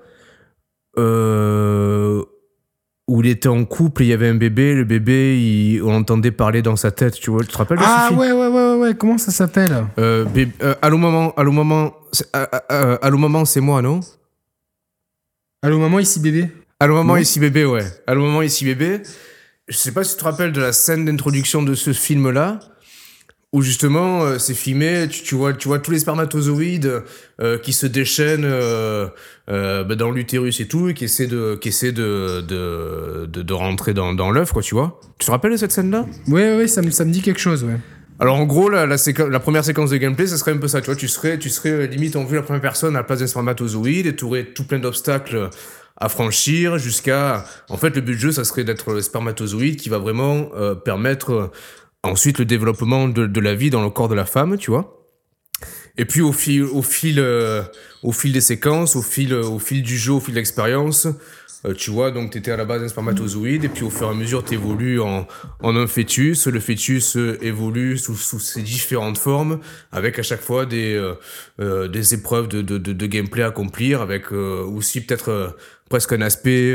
où il était en couple et il y avait un bébé. Le bébé, on entendait parler dans sa tête, tu vois. Tu te rappelles de ce film ? Ouais. Comment ça s'appelle ? Allô maman, c'est moi, non ? Allô maman, ici bébé. Allô maman, ici bébé, ouais. Allô maman, ici bébé. Je sais pas si tu te rappelles de la scène d'introduction de ce film-là, où justement c'est filmé, tu vois tous les spermatozoïdes qui se déchaînent dans l'utérus et tout, et qui essaient de rentrer dans l'œuf, quoi, tu vois. Tu te rappelles de cette scène-là ? Ouais, ça me dit quelque chose, ouais. Alors en gros, la première séquence de gameplay, ça serait un peu ça, tu vois. Tu serais limite en vue la première personne à la place d'un spermatozoïde, et tu aurais tout plein d'obstacles à franchir jusqu'à... En fait, le but du jeu, ça serait d'être le spermatozoïde qui va vraiment permettre ensuite le développement de la vie dans le corps de la femme, tu vois. Et puis au fil des séquences, au fil du jeu, au fil de l'expérience, tu vois, donc t'étais à la base d'un spermatozoïde, et puis au fur et à mesure t'évolues en un fœtus. Le fœtus évolue sous ses différentes formes, avec à chaque fois des épreuves de gameplay à accomplir, avec aussi peut-être presque un aspect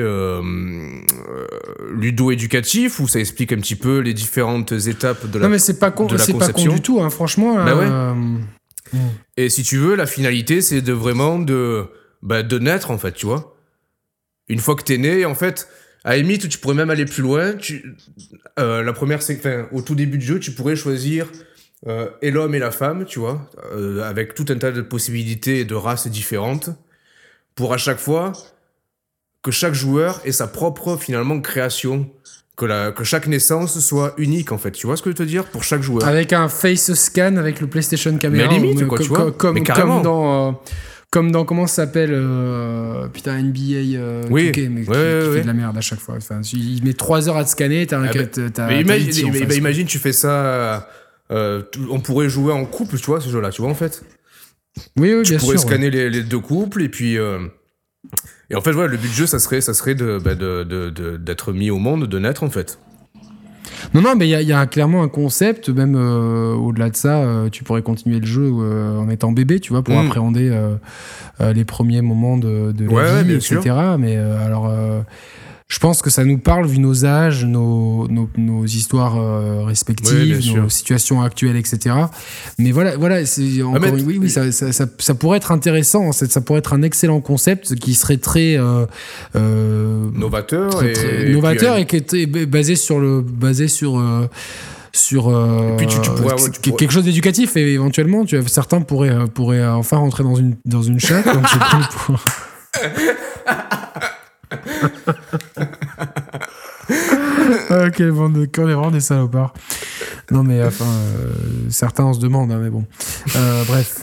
ludo-éducatif, où ça explique un petit peu les différentes étapes de la conception. Non mais c'est pas con du tout, hein, franchement. Bah ouais. Et si tu veux, la finalité, c'est de vraiment de naître, en fait, tu vois. Une fois que t'es né, en fait, à la limite, tu pourrais même aller plus loin. Au tout début du jeu, tu pourrais choisir et l'homme et la femme, tu vois, avec tout un tas de possibilités et de races différentes, pour à chaque fois que chaque joueur ait sa propre, finalement, création. Que chaque naissance soit unique, en fait. Tu vois ce que je veux te dire ? Pour chaque joueur. Avec un face scan avec le PlayStation Camera. Mais limite, quoi, tu vois. Mais carrément. Comme dans comment ça s'appelle NBA 2K, mais qui fait de la merde à chaque fois. Enfin, il met 3 heures à te scanner, imagine, tu fais ça... on pourrait jouer en couple, tu vois, ce jeu-là, tu vois, en fait. Oui, bien sûr. Tu pourrais scanner les deux couples, et puis... Et en fait, voilà, le but du jeu, ça serait d'être mis au monde, de naître, en fait. Non, mais il y a clairement un concept, même au-delà de ça, tu pourrais continuer le jeu en étant bébé, tu vois, pour appréhender les premiers moments de la vie, etc. Sûr. Mais alors, je pense que ça nous parle vu nos âges, nos histoires respectives, nos situations actuelles, etc. Mais voilà, ça pourrait être intéressant. Ça pourrait être un excellent concept qui serait très novateur et qui est basé sur et puis quelque chose d'éducatif, et éventuellement certains pourraient enfin rentrer dans une chatte, donc c'est cool pour... Quelle bande de cons, on est vraiment des salopards. Non mais enfin, certains on se demande, hein, mais bon. Bref.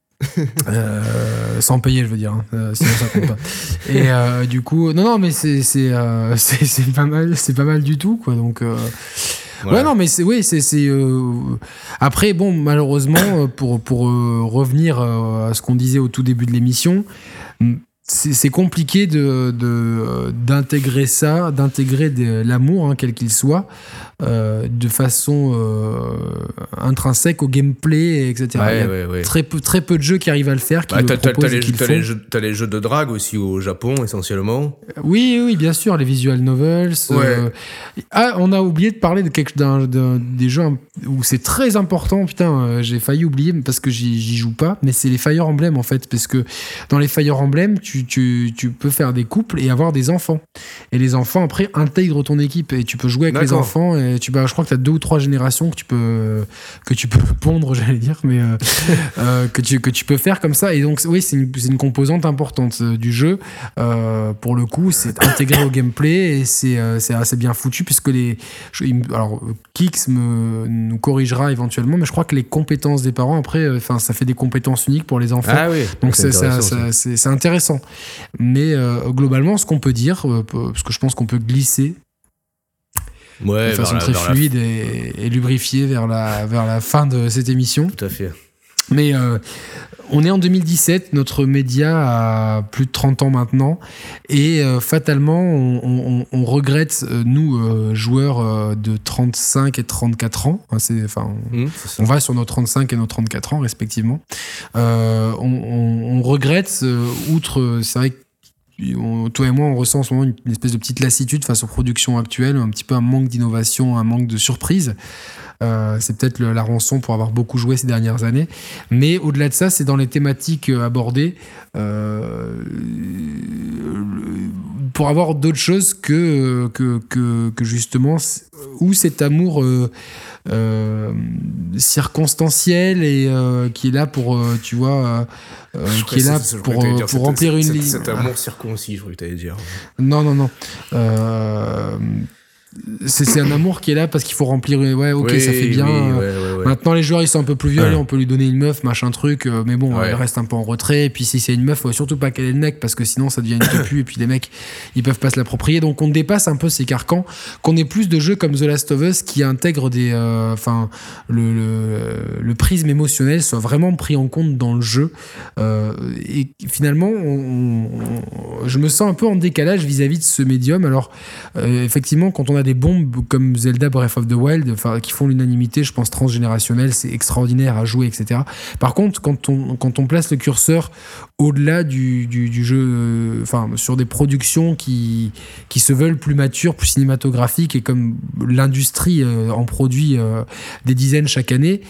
Sans payer, je veux dire, hein. Sinon ça compte pas. Et du coup, non mais c'est pas mal du tout, quoi. Donc ouais, non mais c'est après bon, malheureusement pour revenir à ce qu'on disait au tout début de l'émission, c'est compliqué d'intégrer l'amour, hein, quel qu'il soit, de façon intrinsèque au gameplay, etc. Il y a très peu de jeux qui arrivent à le faire, qui le proposent et qui le font. T'as les jeux de drague aussi au Japon, essentiellement. Oui, bien sûr, les visual novels. On a oublié de parler des jeux où c'est très important. Putain, j'ai failli oublier parce que j'y joue pas, mais c'est les Fire Emblem, en fait, parce que dans les Fire Emblem, tu peux faire des couples et avoir des enfants. Et les enfants, après, intègrent ton équipe et tu peux jouer avec les enfants. Et je crois que tu as 2 ou 3 générations que tu peux pondre, j'allais dire, mais que tu peux faire comme ça. Et donc, oui, c'est une composante importante du jeu. Pour le coup, c'est intégré au gameplay et c'est assez bien foutu, puisque alors, Kix nous corrigera éventuellement, mais je crois que les compétences des parents, après, ça fait des compétences uniques pour les enfants. Ah oui, donc c'est intéressant. Mais globalement, ce qu'on peut dire, parce que je pense qu'on peut glisser de façon très fluide et lubrifiée vers la fin de cette émission. Tout à fait. Mais on est en 2017, notre média a plus de 30 ans maintenant, et fatalement, on regrette, nous, joueurs de 35 et 34 ans, on va sur nos 35 et nos 34 ans, respectivement, on regrette, outre, c'est vrai que toi et moi, on ressent en ce moment une espèce de petite lassitude face aux productions actuelles, un petit peu un manque d'innovation, un manque de surprise. C'est peut-être la rançon pour avoir beaucoup joué ces dernières années. Mais au-delà de ça, c'est dans les thématiques abordées pour avoir d'autres choses que justement où cet amour circonstanciel et qui est là pour tu vois qui est là pour remplir une ligne. Cet amour circoncis, je crois que tu allais dire. Non. C'est un amour qui est là parce qu'il faut remplir. Ça fait bien. Ouais. Maintenant, les joueurs ils sont un peu plus vieux, on peut lui donner une meuf, machin truc, mais bon, elle reste un peu en retrait. Et puis si c'est une meuf, faut surtout pas qu'elle ait le mec, parce que sinon ça devient une tepu et puis les mecs ils peuvent pas se l'approprier. Donc on dépasse un peu ces carcans, qu'on ait plus de jeux comme The Last of Us qui intègrent le prisme émotionnel soit vraiment pris en compte dans le jeu. Et finalement, je me sens un peu en décalage vis-à-vis de ce médium. Alors effectivement, quand on a des bombes comme Zelda Breath of the Wild, qui font l'unanimité, je pense transgénérationnelle, c'est extraordinaire à jouer, etc. Par contre, quand on place le curseur au-delà du jeu, sur des productions qui se veulent plus matures, plus cinématographiques, et comme l'industrie en produit des dizaines chaque année,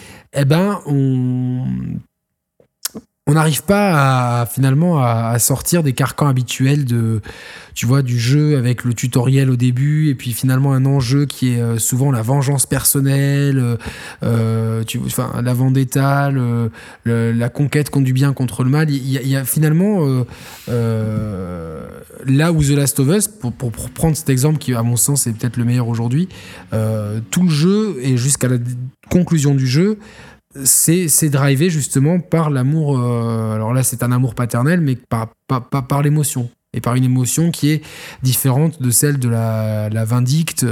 on n'arrive pas à sortir des carcans habituels du jeu avec le tutoriel au début et puis finalement un enjeu qui est souvent la vengeance personnelle, la vendetta, la conquête contre du bien contre le mal. Il y a finalement là où The Last of Us, pour prendre cet exemple qui à mon sens est peut-être le meilleur aujourd'hui, tout le jeu et jusqu'à la conclusion du jeu, c'est drivé justement par l'amour. Alors là, c'est un amour paternel, mais par l'émotion. Et par une émotion qui est différente de celle de la vindicte,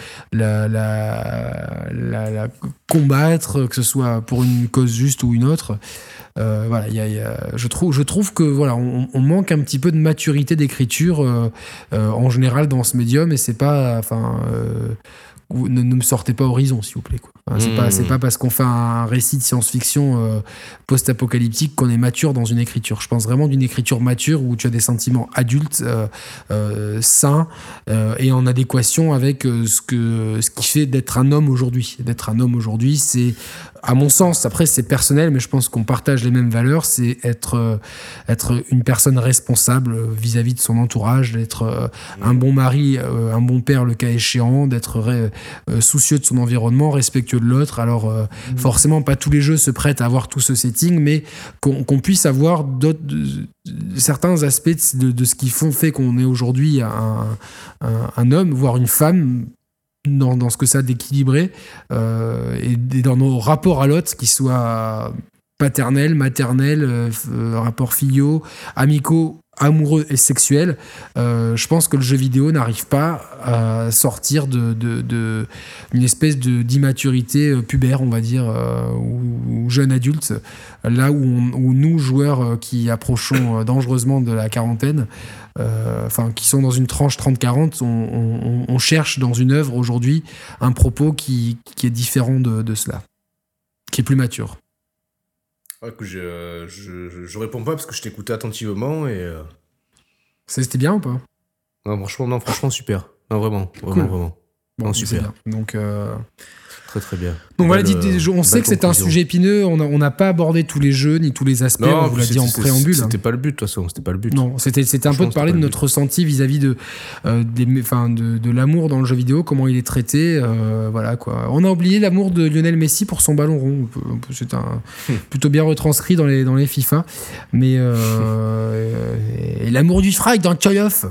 la combattre, que ce soit pour une cause juste ou une autre. Je trouve que on manque un petit peu de maturité d'écriture en général dans ce médium, et c'est pas. Ne me sortez pas Horizon, s'il vous plaît, quoi. C'est pas parce qu'on fait un récit de science-fiction post-apocalyptique qu'on est mature dans une écriture. Je pense vraiment d'une écriture mature où tu as des sentiments adultes, sains et en adéquation avec ce qui fait d'être un homme aujourd'hui. D'être un homme aujourd'hui, c'est, à mon sens, après c'est personnel, mais je pense qu'on partage les mêmes valeurs, c'est être une personne responsable vis-à-vis de son entourage, d'être un bon mari, un bon père le cas échéant, d'être soucieux de son environnement, respectueux de l'autre. Alors forcément, pas tous les jeux se prêtent à avoir tout ce setting, mais qu'on puisse avoir certains aspects de ce qui fait qu'on est aujourd'hui un homme, voire une femme, dans ce que ça a d'équilibré, et dans nos rapports à l'autre, qui soient paternels, maternels, rapports filiaux, amicaux, amoureux et sexuels. Je pense que le jeu vidéo n'arrive pas à sortir d'une espèce d'immaturité pubère, on va dire, ou jeune adulte, là où nous, joueurs qui approchons dangereusement de la quarantaine, qui sont dans une tranche 30-40, on cherche dans une œuvre aujourd'hui un propos qui est différent de cela, qui est plus mature. Ouais, que je réponds pas parce que je t'écoutais attentivement et... C'était bien ou pas ? Non, franchement, super. Non, vraiment. Bon, super. Donc... Très très bien. Donc voilà, on sait que c'est un sujet épineux, on n'a pas abordé tous les jeux ni tous les aspects, on vous l'a dit en préambule. C'était pas le but de toute façon, c'était pas le but. Non, c'était un peu de parler de notre ressenti vis-à-vis de l'amour dans le jeu vidéo, comment il est traité, voilà quoi. On a oublié l'amour de Lionel Messi pour son ballon rond, c'est plutôt bien retranscrit dans les FIFA, mais et l'amour du frag dans Call of.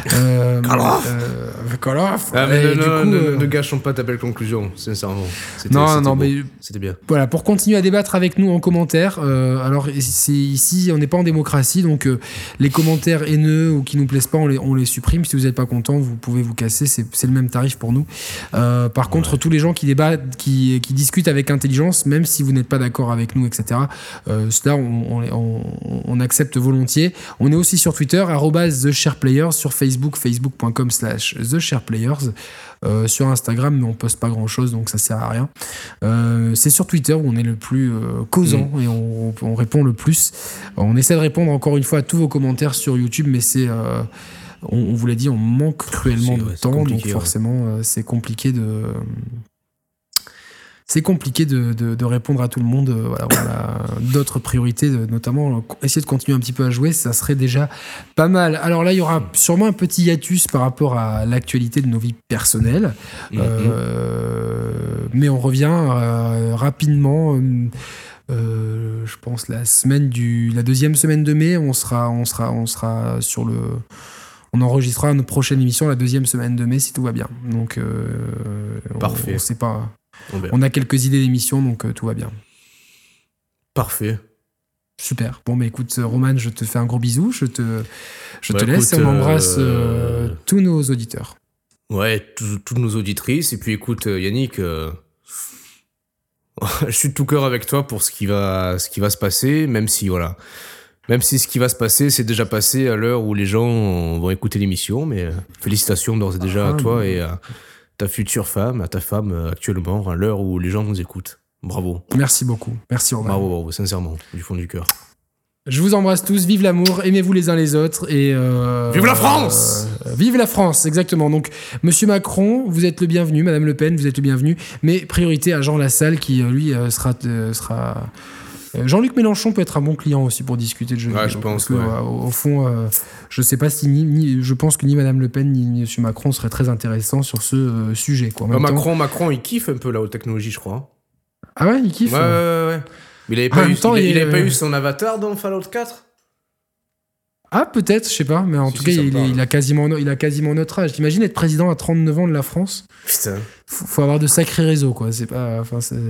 Call of. Ne gâchons pas ta belle conclusion, sincèrement. C'était bien. Voilà, pour continuer à débattre avec nous en commentaire, alors ici on n'est pas en démocratie, donc les commentaires haineux ou qui nous plaisent pas, on les supprime. Si vous n'êtes pas content, vous pouvez vous casser, c'est le même tarif pour nous. Par contre, tous les gens qui débattent, qui discutent avec intelligence, même si vous n'êtes pas d'accord avec nous, etc., cela on accepte volontiers. On est aussi sur Twitter, @TheSharePlayers, sur Facebook, facebook.com/TheSharePlayers. Sur Instagram, mais on poste pas grand chose, donc ça sert à rien. C'est sur Twitter où on est le plus causant et on répond le plus. On essaie de répondre encore une fois à tous vos commentaires sur YouTube, mais on vous l'a dit, on manque cruellement de temps, donc forcément c'est compliqué de répondre à tout le monde. Voilà, d'autres priorités, notamment essayer de continuer un petit peu à jouer, ça serait déjà pas mal. Alors là, il y aura sûrement un petit hiatus par rapport à l'actualité de nos vies personnelles, mais on revient rapidement. Je pense la deuxième semaine de mai, on sera sur le... On enregistrera notre prochaine émission la deuxième semaine de mai si tout va bien. Donc, parfait. On sait pas... On a quelques idées d'émissions, donc tout va bien. Parfait. Super. Bon, mais écoute, Roman, je te fais un gros bisou. Je te laisse et on embrasse tous nos auditeurs. Ouais, toutes nos auditrices. Et puis écoute, Yannick, je suis de tout cœur avec toi pour ce qui va se passer, même si ce qui va se passer, c'est déjà passé à l'heure où les gens vont écouter l'émission. Mais félicitations d'ores et déjà à toi et à ta future femme, à ta femme actuellement, à l'heure où les gens nous écoutent. Bravo. Merci beaucoup. Merci Romain. Bravo, sincèrement, du fond du cœur. Je vous embrasse tous, vive l'amour, aimez-vous les uns les autres et... Vive la France ! Vive la France, exactement. Donc, Monsieur Macron, vous êtes le bienvenu, Madame Le Pen, vous êtes le bienvenu, mais priorité à Jean Lassalle qui, lui, sera... Jean-Luc Mélenchon peut être un bon client aussi pour discuter de jeux vidéo. Je pense que, au fond, je sais pas si je pense que ni Madame Le Pen ni Monsieur Macron seraient très intéressants sur ce sujet. Quoi. Macron, il kiffe un peu la haute technologie, je crois. Ah ouais, il kiffe. Ouais. Mais il avait pas eu son avatar dans Fallout 4 ? Ah, peut-être, je sais pas, mais en tout cas, il a quasiment notre âge. T'imagines être président à 39 ans de la France ? Putain. Faut avoir de sacrés réseaux, quoi. C'est pas.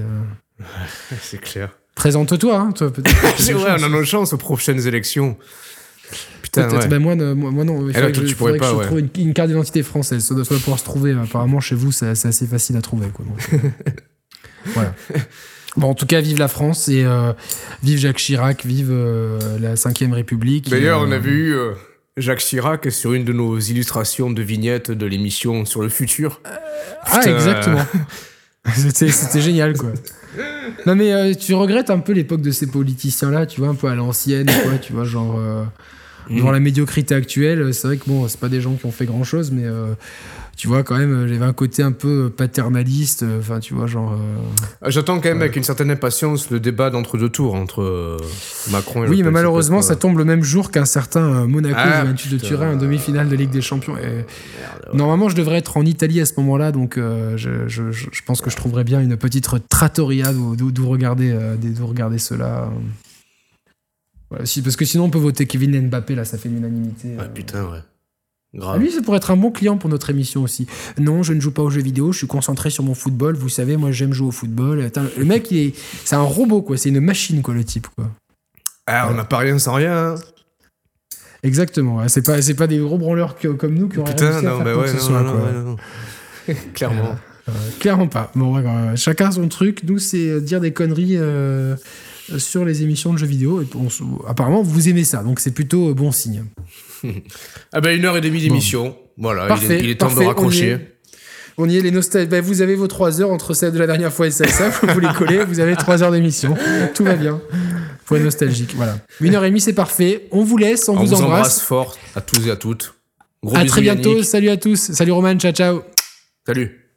C'est clair. Présente-toi, hein, toi, peut-être. Ouais, on a nos chances aux prochaines élections. Putain, peut-être. ouais. Ben moi non. Il faudrait que je trouve une carte d'identité française. Ça doit pouvoir se trouver. Apparemment, chez vous, c'est assez facile à trouver, quoi. Donc, voilà. Bon, en tout cas, vive la France et vive Jacques Chirac, vive la 5e République. D'ailleurs, on a vu Jacques Chirac sur une de nos illustrations de vignettes de l'émission sur le futur. Exactement. C'était génial, quoi. Non, mais tu regrettes un peu l'époque de ces politiciens-là, tu vois, un peu à l'ancienne, quoi, tu vois, genre... Dans la médiocrité actuelle, c'est vrai que bon, c'est pas des gens qui ont fait grand chose, mais tu vois, quand même, j'avais un côté un peu paternaliste. Enfin, tu vois, genre. J'attends quand même avec une certaine impatience le débat d'entre-deux tours entre Macron et Le Pen. Oui, mais malheureusement, ça tombe le même jour qu'un certain Monaco Juventus de Turin en demi-finale de Ligue des Champions. Et normalement, je devrais être en Italie à ce moment-là, donc je pense que je trouverais bien une petite trattoria d'où regarder cela. Voilà, parce que sinon, on peut voter Kylian Mbappé, là, ça fait l'unanimité. Ah putain, ouais. Grave. Lui, ça pourrait être un bon client pour notre émission aussi. Non, je ne joue pas aux jeux vidéo, je suis concentré sur mon football. Vous savez, moi, j'aime jouer au football. Attends, le mec, c'est un robot, quoi. C'est une machine, quoi, le type, quoi. On n'a pas rien sans rien. Hein. Exactement. Ouais. C'est pas des gros branleurs comme nous qui auraient réussi à faire quoi que ce soit. Non. Clairement. Clairement pas. Bon, chacun son truc. Nous, c'est dire des conneries sur les émissions de jeux vidéo. Et apparemment, vous aimez ça, donc c'est plutôt bon signe. 1h30 d'émission. Voilà, parfait, il est temps de raccrocher. On y est, les nostalgiques. Vous avez vos 3 heures entre celles de la dernière fois et celle-là. Vous les collez, vous avez 3 heures d'émission. Tout va bien. Pour les nostalgiques, voilà. 1h30, c'est parfait. On vous laisse, on vous embrasse fort à tous et à toutes. Gros à bisous, très bientôt. Yannick. Salut à tous. Salut Roman, ciao. Salut.